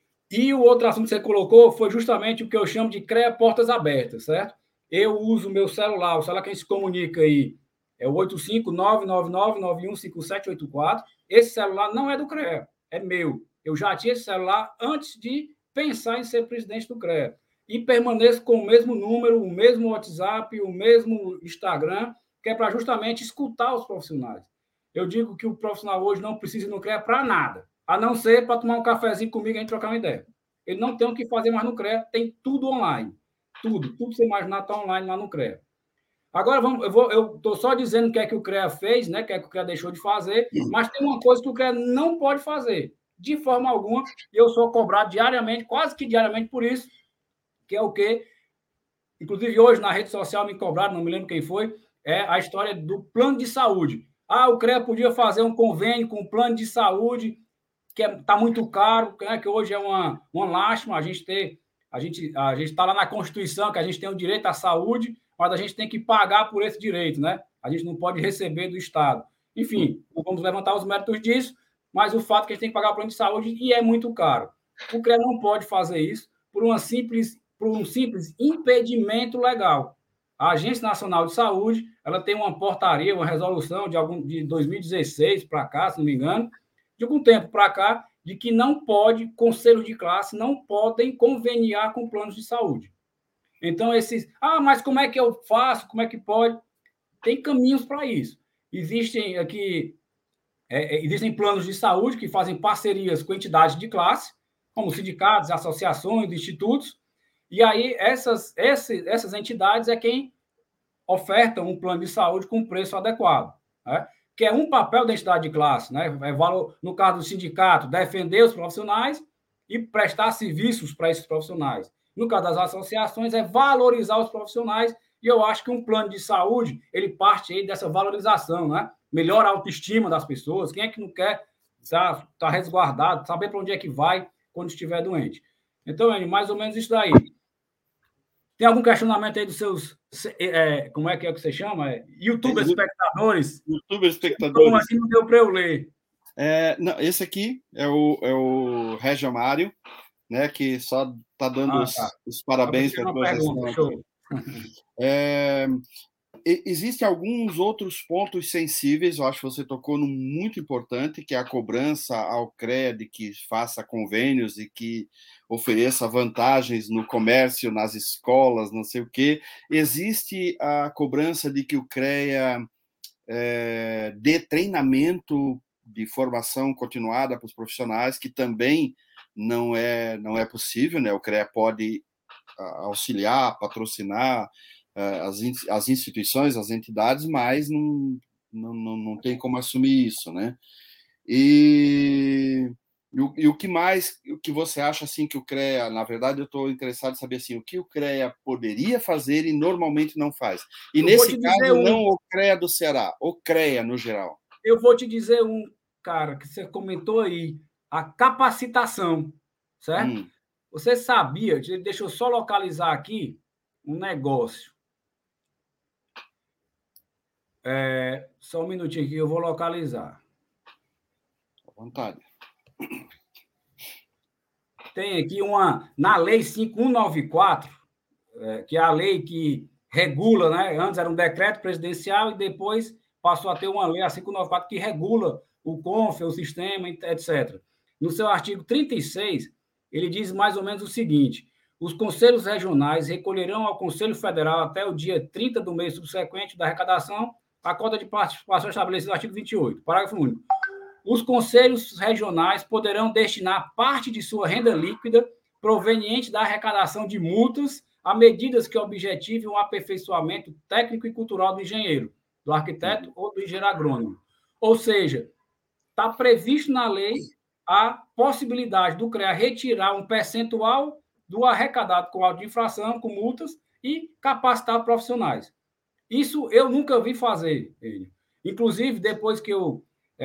E o outro assunto que você colocou foi justamente o que eu chamo de CREA portas abertas, certo? Eu uso o meu celular, o celular que a gente se comunica aí é o oito cinco nove nove nove nove um cinco sete oito quatro. Esse celular não é do CREA, é meu. Eu já tinha esse celular antes de pensar em ser presidente do CREA. E permaneço com o mesmo número, o mesmo WhatsApp, o mesmo Instagram, que é para justamente escutar os profissionais. Eu digo que o profissional hoje não precisa ir no CREA para nada, a não ser para tomar um cafezinho comigo e a gente trocar uma ideia. Ele não tem o que fazer mais no CREA, tem tudo online. Tudo, tudo que você imaginar está online lá no CREA. Agora, vamos, eu estou só dizendo o que é que o CREA fez, né, o que é que o CREA deixou de fazer, mas tem uma coisa que o CREA não pode fazer, de forma alguma, e eu sou cobrado diariamente, quase que diariamente por isso, que é o quê? Inclusive, hoje, na rede social, me cobraram, não me lembro quem foi, é a história do plano de saúde. Ah, o CREA podia fazer um convênio com o plano de saúde, que está é, tá muito caro, né, que hoje é uma, uma lástima a gente ter, a gente a gente está lá na Constituição, que a gente tem o direito à saúde, mas a gente tem que pagar por esse direito, né? A gente não pode receber do Estado. Enfim, não vamos levantar os méritos disso, mas o fato é que a gente tem que pagar o plano de saúde e é muito caro. O CREA não pode fazer isso por uma simples por um simples impedimento legal. A Agência Nacional de Saúde, ela tem uma portaria, uma resolução de, algum, de dois mil e dezesseis para cá, se não me engano, de algum tempo para cá, de que não pode, conselhos de classe não podem conveniar com planos de saúde. Então, esses, ah, mas como é que eu faço? Como é que pode? Tem caminhos para isso. Existem aqui, é, existem planos de saúde que fazem parcerias com entidades de classe, como sindicatos, associações, institutos. E aí, essas, essas, essas entidades é quem ofertam um plano de saúde com preço adequado, né? Que é um papel da entidade de classe, né? É valor, no caso do sindicato, defender os profissionais e prestar serviços para esses profissionais. No caso das associações, é valorizar os profissionais, e eu acho que um plano de saúde, ele parte aí dessa valorização, né? Melhora a autoestima das pessoas. Quem é que não quer estar, estar resguardado, saber para onde é que vai quando estiver doente? Então, é mais ou menos isso daí. Tem algum questionamento aí dos seus, é, como é que é que você chama? É, YouTube espectadores? YouTube espectadores. Como assim não deu para eu ler? É, não, esse aqui é o, é o Regia Mário, né, que só está dando ah, os, tá. os parabéns para a tua gestão. É, existem alguns outros pontos sensíveis, eu acho que você tocou num muito importante, que é a cobrança ao CREA de que faça convênios e que ofereça vantagens no comércio, nas escolas, não sei o quê. Existe a cobrança de que o CREA é, dê treinamento de formação continuada para os profissionais, que também não é, não é possível, né? O CREA pode auxiliar, patrocinar as, as instituições, as entidades, mas não, não, não tem como assumir isso, né? E, E o, e o que mais, o que você acha assim que o CREA, na verdade, eu estou interessado em saber assim, o que o CREA poderia fazer e normalmente não faz. E eu nesse caso, um... não o CREA do Ceará, o CREA no geral. Eu vou te dizer um, cara, que você comentou aí, a capacitação, certo? Hum. Você sabia, deixa eu só localizar aqui um negócio. É, só um minutinho aqui, eu vou localizar. À vontade. Tem aqui uma, na Lei cinco mil cento e noventa e quatro, é, que é a lei que regula, né? Antes era um decreto presidencial e depois passou a ter uma lei, a cinco mil cento e noventa e quatro, que regula o CONF, o sistema, etcétera. No seu artigo trinta e seis, ele diz mais ou menos o seguinte: os conselhos regionais recolherão ao Conselho Federal até o dia trinta do mês subsequente da arrecadação a cota de participação estabelecida no artigo vinte e oito, parágrafo único. Os conselhos regionais poderão destinar parte de sua renda líquida proveniente da arrecadação de multas a medidas que objetivem o aperfeiçoamento técnico e cultural do engenheiro, do arquiteto ou do engenheiro agrônomo. Ou seja, está previsto na lei a possibilidade do CREA retirar um percentual do arrecadado com auto de infração, com multas, e capacitar profissionais. Isso eu nunca vi fazer. Inclusive, depois que eu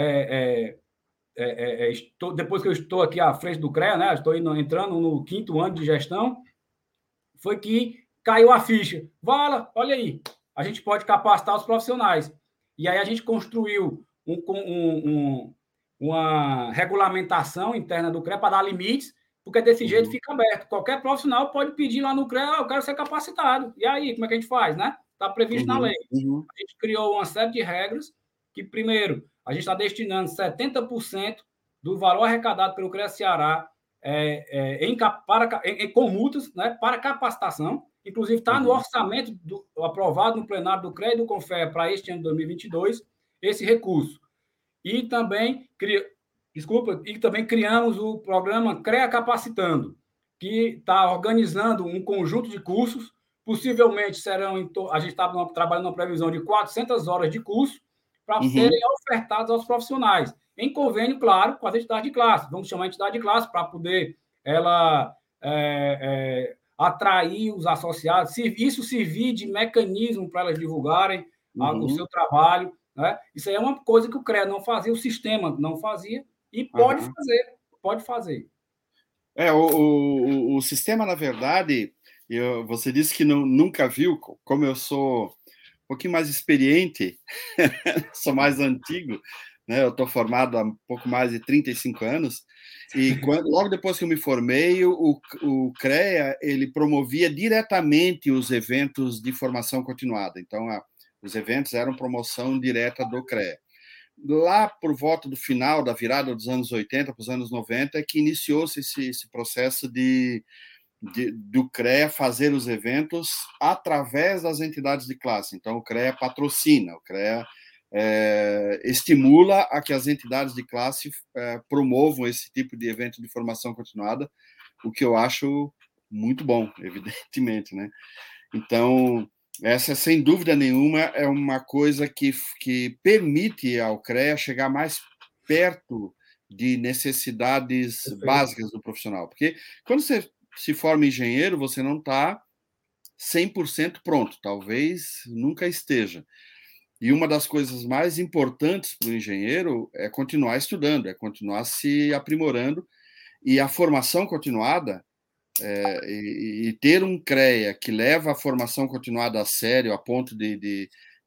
é, é, é, é, estou, depois que eu estou aqui à frente do CREA, né, estou indo, entrando no quinto ano de gestão, foi que caiu a ficha. Vala, olha aí, a gente pode capacitar os profissionais. E aí a gente construiu um, um, um, uma regulamentação interna do CREA para dar limites, porque desse uhum. jeito fica aberto. Qualquer profissional pode pedir lá no CREA, ah, eu quero ser capacitado. E aí, como é que a gente faz, né? Está previsto uhum. na lei. Uhum. A gente criou uma série de regras que, primeiro, a gente está destinando setenta por cento do valor arrecadado pelo CREA Ceará É, é, em, para, em, em, com multas, né, para capacitação. Inclusive, está uhum. no orçamento do, aprovado no plenário do CREA e do CONFER para este ano de dois mil e vinte e dois, esse recurso. E também, cri, desculpa, e também criamos o programa CREA Capacitando, que está organizando um conjunto de cursos, possivelmente serão, em to, a gente está trabalhando uma previsão de quatrocentas horas de curso, para uhum. serem ofertados aos profissionais, em convênio, claro, com as entidades de classe. Vamos chamar a entidade de classe para poder ela é, é, atrair os associados, isso servir de mecanismo para elas divulgarem uhum. a, o seu trabalho. Né? Isso aí é uma coisa que o CREA não fazia, o sistema não fazia, e pode uhum. fazer, pode fazer. É, o, o, o sistema, na verdade, eu, você disse que não, nunca viu, como eu sou um pouquinho mais experiente, sou mais antigo, né? Eu estou formado há um pouco mais de trinta e cinco anos, e quando, logo depois que eu me formei, o, o CREA ele promovia diretamente os eventos de formação continuada. Então, a, os eventos eram promoção direta do CREA. Lá por volta do final da virada dos anos oitenta para os anos noventa é que iniciou-se esse, esse processo de De, do CREA fazer os eventos através das entidades de classe. Então, o CREA patrocina, o CREA é, estimula a que as entidades de classe é, promovam esse tipo de evento de formação continuada, o que eu acho muito bom, evidentemente, né? Então, essa, sem dúvida nenhuma, é uma coisa que, que permite ao CREA chegar mais perto de necessidades Perfeito. básicas do profissional. Porque quando você se forma engenheiro, você não está cem por cento pronto, talvez nunca esteja. E uma das coisas mais importantes para o engenheiro é continuar estudando, é continuar se aprimorando, e a formação continuada, é, e, e ter um CREA que leva a formação continuada a sério, a ponto de, de,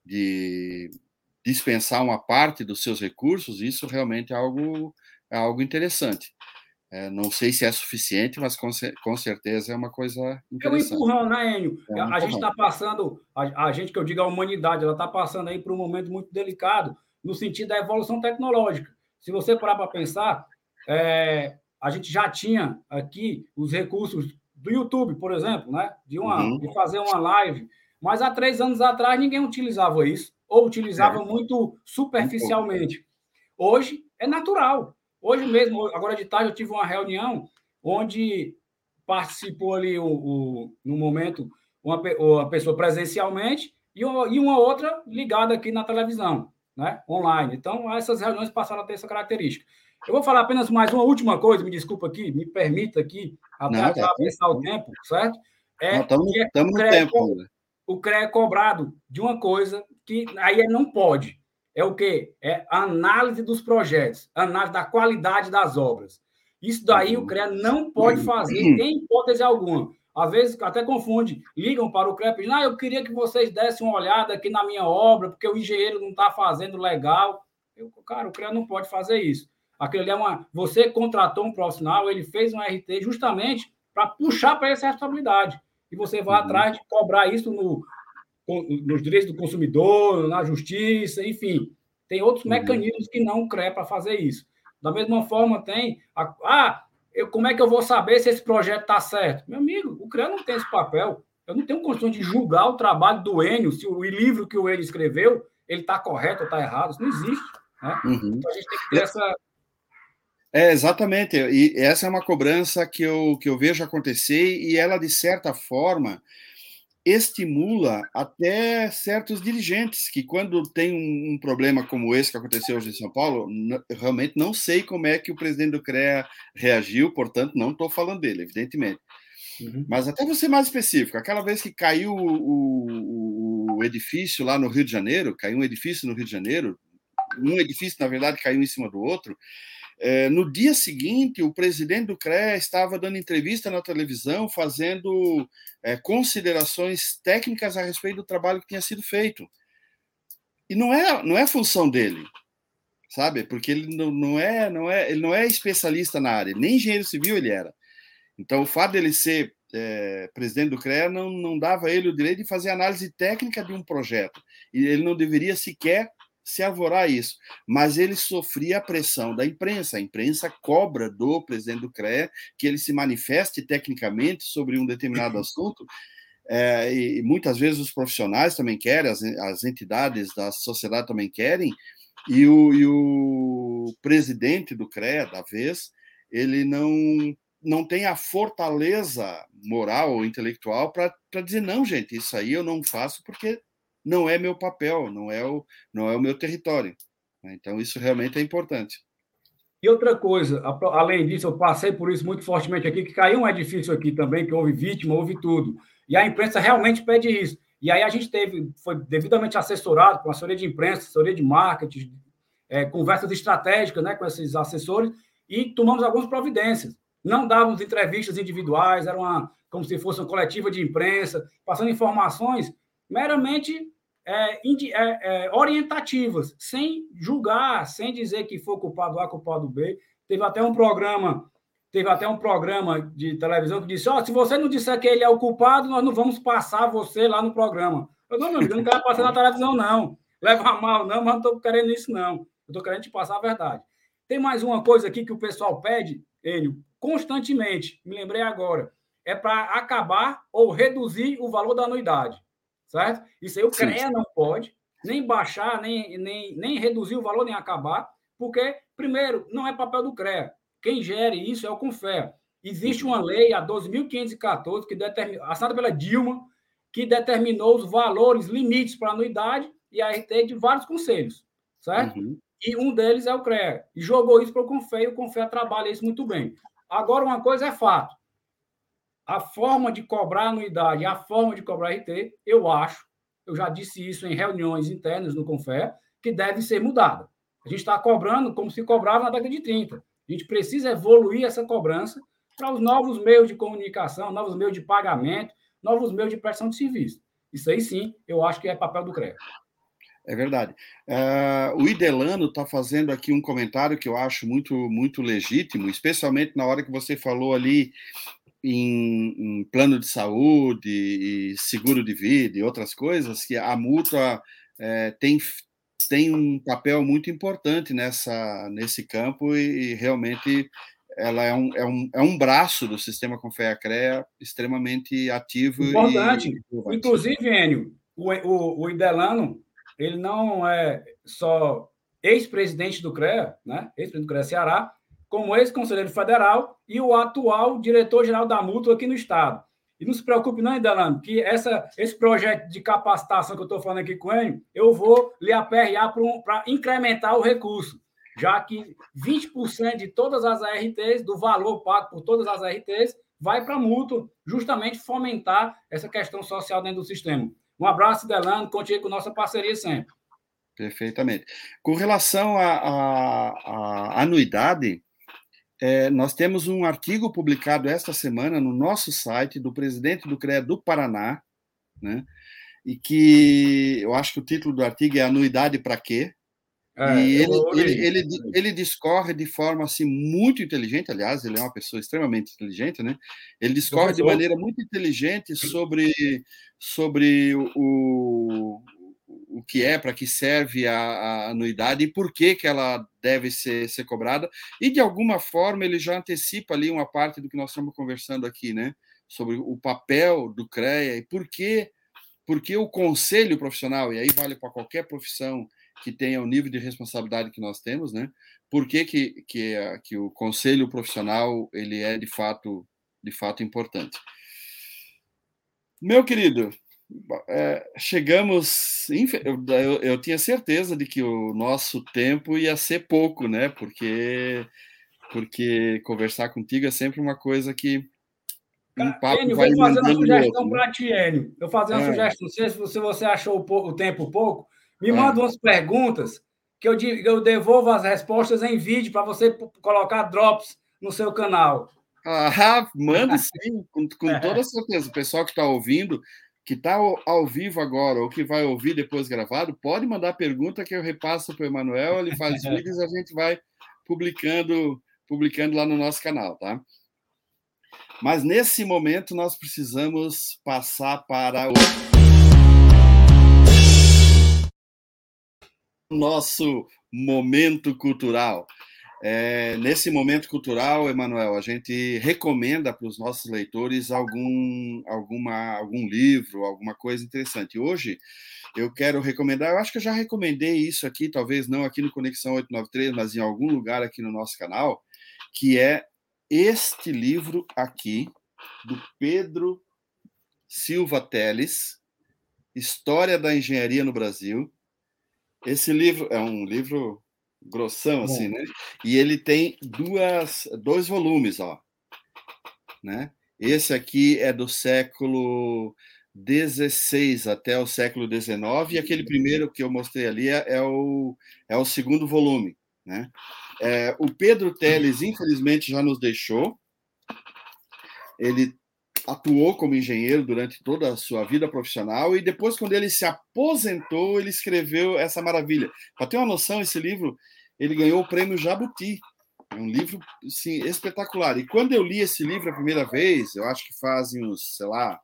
de dispensar uma parte dos seus recursos, isso realmente é algo, é algo interessante. É, não sei se é suficiente, mas com, com certeza é uma coisa interessante. É um empurrão, né, Enio? É um a gente está passando, a, a gente que eu digo a humanidade, ela está passando aí por um momento muito delicado no sentido da evolução tecnológica. Se você parar para pensar, é, a gente já tinha aqui os recursos do YouTube, por exemplo, né? De, uma, uhum. de fazer uma live, mas há três anos atrás ninguém utilizava isso, ou utilizava é. muito superficialmente. Hoje é natural. Hoje mesmo, agora de tarde, eu tive uma reunião onde participou ali, o, o, no momento, uma, uma pessoa presencialmente e uma, e uma outra ligada aqui na televisão, né, online. Então, essas reuniões passaram a ter essa característica. Eu vou falar apenas mais uma última coisa, me desculpa aqui, me permita aqui, até Não, tá atravessar o tempo, certo? É estamos que no o CREA, tempo. Né? o CREA é cobrado de uma coisa que aí não pode. É o quê? É a análise dos projetos, a análise da qualidade das obras. Isso daí uhum. o CREA não pode fazer em hipótese alguma. Às vezes até confunde, ligam para o CREA e dizem, ah, eu queria que vocês dessem uma olhada aqui na minha obra, porque o engenheiro não está fazendo legal. Eu, cara, o CREA não pode fazer isso. Aquilo ali é uma... Você contratou um profissional, ele fez um R T justamente para puxar para essa responsabilidade. E você vai uhum. atrás de cobrar isso no, nos direitos do consumidor, na justiça, enfim. Tem outros uhum. mecanismos que não o CREA para fazer isso. Da mesma forma, tem... A, ah, eu, como é que eu vou saber se esse projeto está certo? Meu amigo, o CREA não tem esse papel. Eu não tenho condição de julgar o trabalho do Enio, se o livro que o Enio escreveu, ele está correto ou está errado. Isso não existe. Né? Uhum. Então, a gente tem que ter essa... É, exatamente. E essa é uma cobrança que eu, que eu vejo acontecer e ela, de certa forma, estimula até certos dirigentes que, quando tem um, um problema como esse que aconteceu hoje em São Paulo, realmente não sei como é que o presidente do CREA reagiu, portanto, não estou falando dele, evidentemente. Uhum. Mas até vou ser mais específico. Aquela vez que caiu o, o, o edifício lá no Rio de Janeiro, caiu um edifício no Rio de Janeiro, um edifício, na verdade, caiu em cima do outro. É, no dia seguinte, o presidente do CREA estava dando entrevista na televisão, fazendo é, considerações técnicas a respeito do trabalho que tinha sido feito. E não é, não é função dele, sabe? Porque ele não, não, é, não, é, ele não é especialista na área, nem engenheiro civil ele era. Então, o fato dele ser é, presidente do CREA não, não dava a ele o direito de fazer análise técnica de um projeto. E ele não deveria sequer se arvorar isso, mas ele sofria a pressão da imprensa. A imprensa cobra do presidente do CREA que ele se manifeste tecnicamente sobre um determinado assunto, é, e muitas vezes os profissionais também querem, as, as entidades da sociedade também querem, e o, e o presidente do CREA, da vez, ele não, não tem a fortaleza moral ou intelectual para dizer, não, gente, isso aí eu não faço porque não é meu papel, não é o, não é o meu território. Então, isso realmente é importante. E outra coisa, além disso, eu passei por isso muito fortemente aqui, que caiu um edifício aqui também, que houve vítima, houve tudo. E a imprensa realmente pede isso. E aí a gente teve, foi devidamente assessorado com assessoria de imprensa, assessoria de marketing, é, conversas estratégicas, né, com esses assessores, e tomamos algumas providências. Não dávamos entrevistas individuais, era uma, como se fosse uma coletiva de imprensa, passando informações meramente É, é, é, orientativas, sem julgar, sem dizer que foi culpado A, culpado B. Teve até um programa, teve até um programa de televisão que disse, ó, oh, se você não disser que ele é o culpado, nós não vamos passar você lá no programa. Eu não, meu amigo, eu não quero passar na televisão, não. Leva mal, não, mas não estou querendo isso, não. Eu estou querendo te passar a verdade. Tem mais uma coisa aqui que o pessoal pede, Enio, constantemente, me lembrei agora, é para acabar ou reduzir o valor da anuidade. Certo? Isso aí o CREA não pode nem baixar, nem, nem, nem reduzir o valor, nem acabar, porque, primeiro, não é papel do CREA. Quem gere isso é o CONFEA. Existe uma lei, a doze mil quinhentos e quatorze, que determina, assinada pela Dilma, que determinou os valores limites para a anuidade e a R T de vários conselhos, certo? Uhum. E um deles é o CREA. E jogou isso para o CONFEA e o CONFEA trabalha isso muito bem. Agora, uma coisa é fato. A forma de cobrar anuidade, a forma de cobrar R T, eu acho, eu já disse isso em reuniões internas no CONFEA, que deve ser mudada. A gente está cobrando como se cobrava na década de trinta. A gente precisa evoluir essa cobrança para os novos meios de comunicação, novos meios de pagamento, novos meios de prestação de serviço. Isso aí sim, eu acho que é papel do CREA. É verdade. Uh, o Idelano está fazendo aqui um comentário que eu acho muito, muito legítimo, especialmente na hora que você falou ali Em, em plano de saúde e seguro de vida e outras coisas, que a mútua é, tem, tem um papel muito importante nessa, nesse campo e, e realmente ela é um, é, um, é um braço do sistema CONFEA-CREA extremamente ativo. Importante. E... Inclusive, Enio, o, o, o Idelano, ele não é só ex-presidente do CREA, né? Ex-presidente do CREA Ceará, como ex-conselheiro federal e o atual diretor-geral da Mútua aqui no Estado. E não se preocupe não, Idelano, que essa, esse projeto de capacitação que eu estou falando aqui com ele, eu vou lhe aperrear para um, incrementar o recurso. já que vinte por cento de todas as A R Ts, do valor pago por todas as A R Ts, vai para mútuo, justamente fomentar essa questão social dentro do sistema. Um abraço, Delano, conte com nossa parceria sempre. Perfeitamente. Com relação à anuidade, é, nós temos um artigo publicado esta semana no nosso site do presidente do CREA do Paraná, né? E que eu acho que o título do artigo é Anuidade para quê? É, e ele, ele, ele, ele discorre de forma assim, muito inteligente, aliás, ele é uma pessoa extremamente inteligente, né? Ele discorre Professor. de maneira muito inteligente sobre, sobre o, o que é, para que serve a, a anuidade e por que, que ela deve ser, ser cobrada. E, de alguma forma, ele já antecipa ali uma parte do que nós estamos conversando aqui, né? Sobre o papel do CREA e por que, por que o conselho profissional, e aí vale para qualquer profissão que tenha o nível de responsabilidade que nós temos, né? Por que, que, que, que o conselho profissional ele é de fato, de fato importante. Meu querido, é, chegamos. Eu, eu, eu tinha certeza de que o nosso tempo ia ser pouco, né? Porque, porque conversar contigo é sempre uma coisa que. Um papo Enio, vai vou fazer uma sugestão outro, para ti, Enio. Eu vou fazer uma ah. sugestão. Se você, você achou o, o tempo pouco, me ah. manda umas perguntas que eu, eu devolvo as respostas em vídeo para você colocar drops no seu canal. Ah, mando sim, com, com toda certeza. O pessoal que está ouvindo, que está ao, ao vivo agora ou que vai ouvir depois gravado, pode mandar pergunta que eu repasso para o Emanuel, ele faz vídeos e a gente vai publicando, publicando lá no nosso canal, tá? Mas nesse momento nós precisamos passar para o nosso momento cultural. É, nesse momento cultural, Emanuel, a gente recomenda para os nossos leitores algum, alguma, algum livro, alguma coisa interessante. Hoje eu quero recomendar, eu acho que eu já recomendei isso aqui, talvez não aqui no Conexão oitocentos e noventa e três, mas em algum lugar aqui no nosso canal, que é este livro aqui, do Pedro Silva Teles, História da Engenharia no Brasil. Esse livro é um livro grossão, Bom. assim, né? E ele tem duas, dois volumes, ó. Né? Esse aqui é do século dezesseis até o século dezenove, e aquele primeiro que eu mostrei ali é, é, o, é o segundo volume, né? É, o Pedro Teles, infelizmente, já nos deixou. Ele atuou como engenheiro durante toda a sua vida profissional e depois, quando ele se aposentou, ele escreveu essa maravilha. Para ter uma noção, esse livro, ele ganhou o prêmio Jabuti. É um livro, assim, espetacular. E quando eu li esse livro a primeira vez, eu acho que fazem uns, sei lá,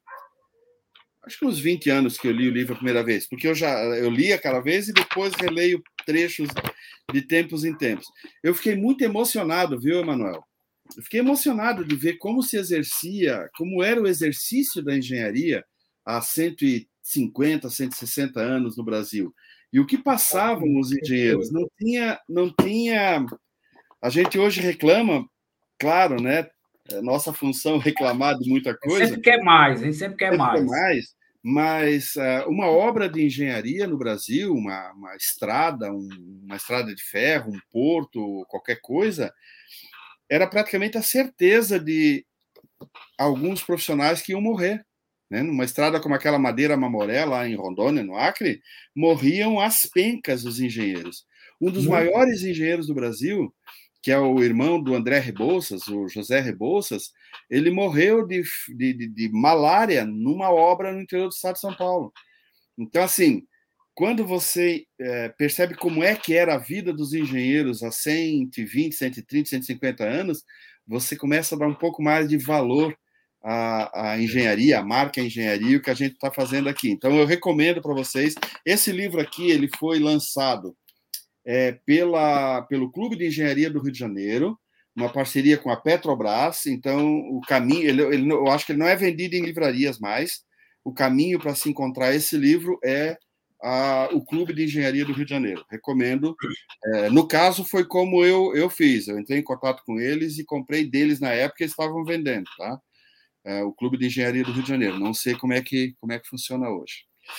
acho que uns vinte anos que eu li o livro a primeira vez, porque eu já eu lia cada vez e depois releio trechos de tempos em tempos. Eu fiquei muito emocionado, viu, Emanuel? Eu fiquei emocionado de ver como se exercia, como era o exercício da engenharia há cento e cinquenta, cento e sessenta anos no Brasil. E o que passavam os engenheiros. Não tinha, não tinha. A gente hoje reclama, claro, né? Nossa função é reclamar de muita coisa. A gente sempre quer mais, a gente sempre quer sempre mais. Quer mais. Mas uh, uma obra de engenharia no Brasil, uma, uma estrada, um, uma estrada de ferro, um porto, qualquer coisa, era praticamente a certeza de alguns profissionais que iam morrer. Né? Numa estrada como aquela Madeira Mamoré, lá em Rondônia, no Acre, morriam às pencas os engenheiros. Um dos Muito. maiores engenheiros do Brasil, que é o irmão do André Rebouças, o José Rebouças, ele morreu de, de, de, de malária numa obra no interior do estado de São Paulo. Então, assim, quando você é, percebe como é que era a vida dos engenheiros há cento e vinte, cento e trinta, cento e cinquenta anos, você começa a dar um pouco mais de valor à, à engenharia, à marca engenharia, o que a gente está fazendo aqui. Então, eu recomendo para vocês. Esse livro aqui ele foi lançado é, pela, pelo Clube de Engenharia do Rio de Janeiro, uma parceria com a Petrobras. Então, o caminho, ele, ele, eu acho que ele não é vendido em livrarias mais. O caminho para se encontrar esse livro é a, o Clube de Engenharia do Rio de Janeiro. Recomendo. É, no caso, foi como eu, eu fiz. Eu entrei em contato com eles e comprei deles na época, eles estavam vendendo, tá? É, o Clube de Engenharia do Rio de Janeiro. Não sei como é que, como é que funciona hoje.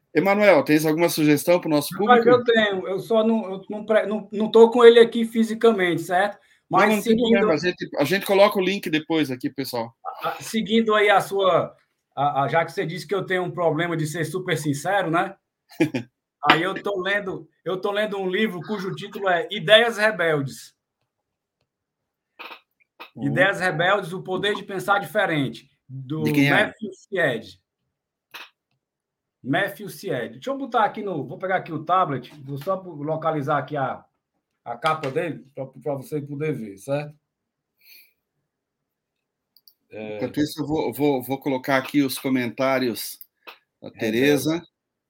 Emanuel, tens alguma sugestão para o nosso público? Mas eu tenho, eu só não estou não, não, não com ele aqui fisicamente, certo? Mas Mas não, não tem seguindo, problema, a gente, a gente coloca o link depois aqui, pessoal. seguindo aí a sua. A, a, já que você disse que eu tenho um problema de ser super sincero, né? Aí eu estou lendo, eu estou lendo um livro cujo título é Ideias Rebeldes. Uhum. Ideias Rebeldes, o poder de pensar diferente, do de quem é? Matthew Syed. Matthew Syed. Deixa eu botar aqui no. Vou pegar aqui o tablet, vou só localizar aqui a, a capa dele, para você poder ver, certo? É... Enquanto isso, eu vou, vou, vou colocar aqui os comentários da Tereza.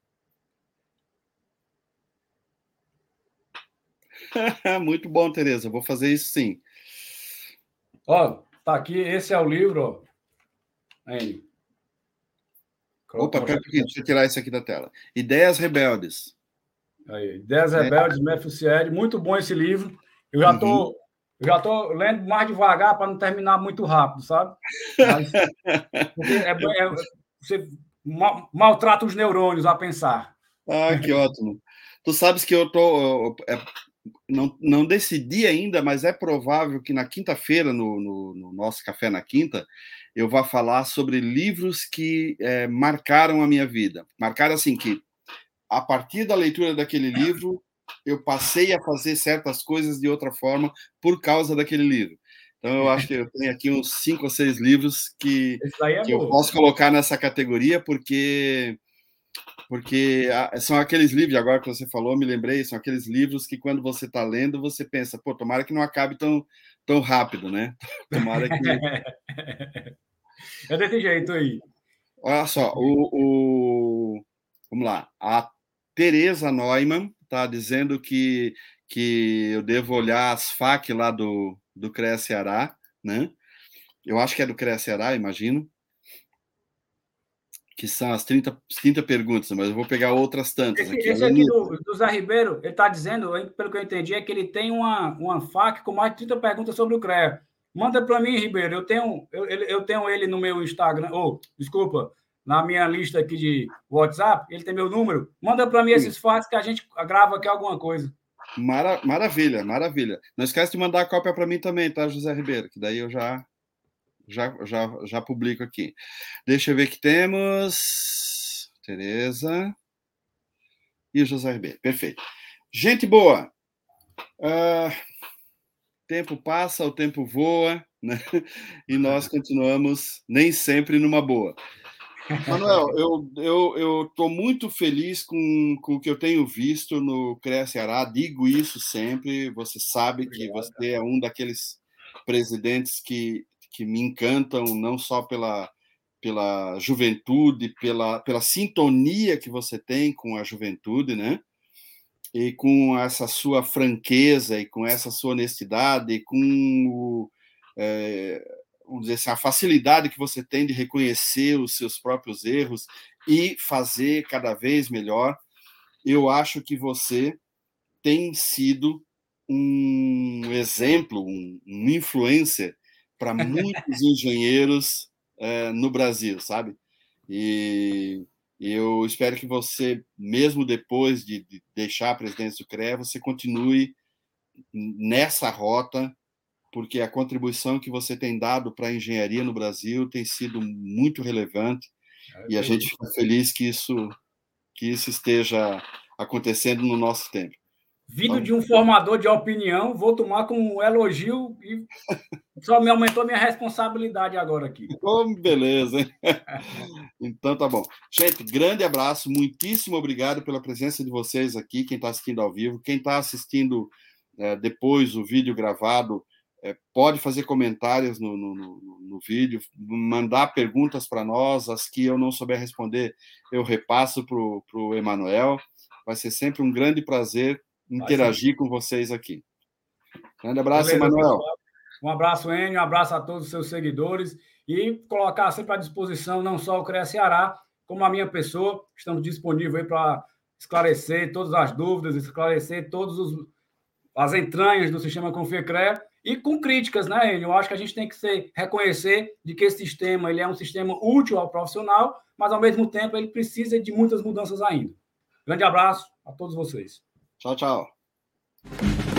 Muito bom, Tereza. Vou fazer isso sim. Ó, tá aqui, esse é o livro, ó. Aí. Opa, pera um pouquinho, deixa eu tirar isso aqui da tela. Ideias Rebeldes. Aí, Ideias Rebeldes, é. Matthew Syed. Muito bom esse livro. Eu já tô, uhum. eu já tô lendo mais devagar para não terminar muito rápido, sabe? Mas, porque é, é, você mal, maltrata os neurônios a pensar. Ah, que ótimo. Tu sabes que eu tô... É, não, não decidi ainda, mas é provável que na quinta-feira, no, no, no nosso Café na Quinta, eu vá falar sobre livros que é, marcaram a minha vida. Marcaram assim que, a partir da leitura daquele livro, eu passei a fazer certas coisas de outra forma por causa daquele livro. Então, eu acho que eu tenho aqui uns cinco ou seis livros que, é que eu posso colocar nessa categoria, porque... porque são aqueles livros, agora que você falou, me lembrei, são aqueles livros que quando você está lendo, você pensa, pô, tomara que não acabe tão, tão rápido, né? Tomara que... É desse jeito aí. Olha só, o, o... vamos lá, a Tereza Neumann está dizendo que, que eu devo olhar as F A Q lá do, do CREA Ceará, né? Eu acho que é do CREA Ceará, imagino. Que são as trinta, trinta perguntas, mas eu vou pegar outras tantas esse, aqui. Esse aqui do, do Zé Ribeiro, ele está dizendo, pelo que eu entendi, é que ele tem uma, uma F A Q com mais de trinta perguntas sobre o CREA. Manda para mim, Ribeiro, eu tenho, eu, eu tenho ele no meu Instagram, ou, oh, desculpa, na minha lista aqui de WhatsApp, ele tem meu número. Manda para mim esses F A Qs que a gente grava aqui alguma coisa. Mara, maravilha, maravilha. Não esquece de mandar a cópia para mim também, tá, José Ribeiro? Que daí eu já... Já, já, já publico aqui. Deixa eu ver que temos. Tereza. E o José Ribeiro. Perfeito. Gente boa. Uh, tempo passa, o tempo voa, né? E nós continuamos nem sempre numa boa. Manuel, eu eu eu estou muito feliz com, com o que eu tenho visto no CREA Ceará. Digo isso sempre. Você sabe que você é um daqueles presidentes que que me encantam, não só pela, pela juventude, pela, pela sintonia que você tem com a juventude, né? E com essa sua franqueza, e com essa sua honestidade, e com o, é, vamos dizer assim, a facilidade que você tem de reconhecer os seus próprios erros e fazer cada vez melhor. Eu acho que você tem sido um exemplo, um, um influencer para muitos engenheiros é, no Brasil, sabe? E, e eu espero que você, mesmo depois de, de deixar a presidência do CREA, você continue nessa rota, porque a contribuição que você tem dado para a engenharia no Brasil tem sido muito relevante é, e a gente fica feliz que isso, que isso esteja acontecendo no nosso tempo. Vindo então, de um formador de opinião, vou tomar como um elogio e só me aumentou minha responsabilidade agora aqui. Oh, beleza, hein? Então tá bom. Gente, grande abraço, muitíssimo obrigado pela presença de vocês aqui, quem está assistindo ao vivo. Quem está assistindo é, depois o vídeo gravado, é, pode fazer comentários no, no, no, no vídeo, mandar perguntas para nós, as que eu não souber responder, eu repasso para o Emanuel. Vai ser sempre um grande prazer interagir com vocês aqui. Grande abraço, Emanuel. Um abraço, Enio, um abraço a todos os seus seguidores e colocar sempre à disposição não só o CREA Ceará, como a minha pessoa. Estamos disponíveis para esclarecer todas as dúvidas, esclarecer todas as entranhas do sistema Confia CREA E com críticas, né, Enio? Eu acho que a gente tem que ser, reconhecer de que esse sistema ele é um sistema útil ao profissional, mas, ao mesmo tempo, ele precisa de muitas mudanças ainda. Grande abraço a todos vocês. Tchau, tchau.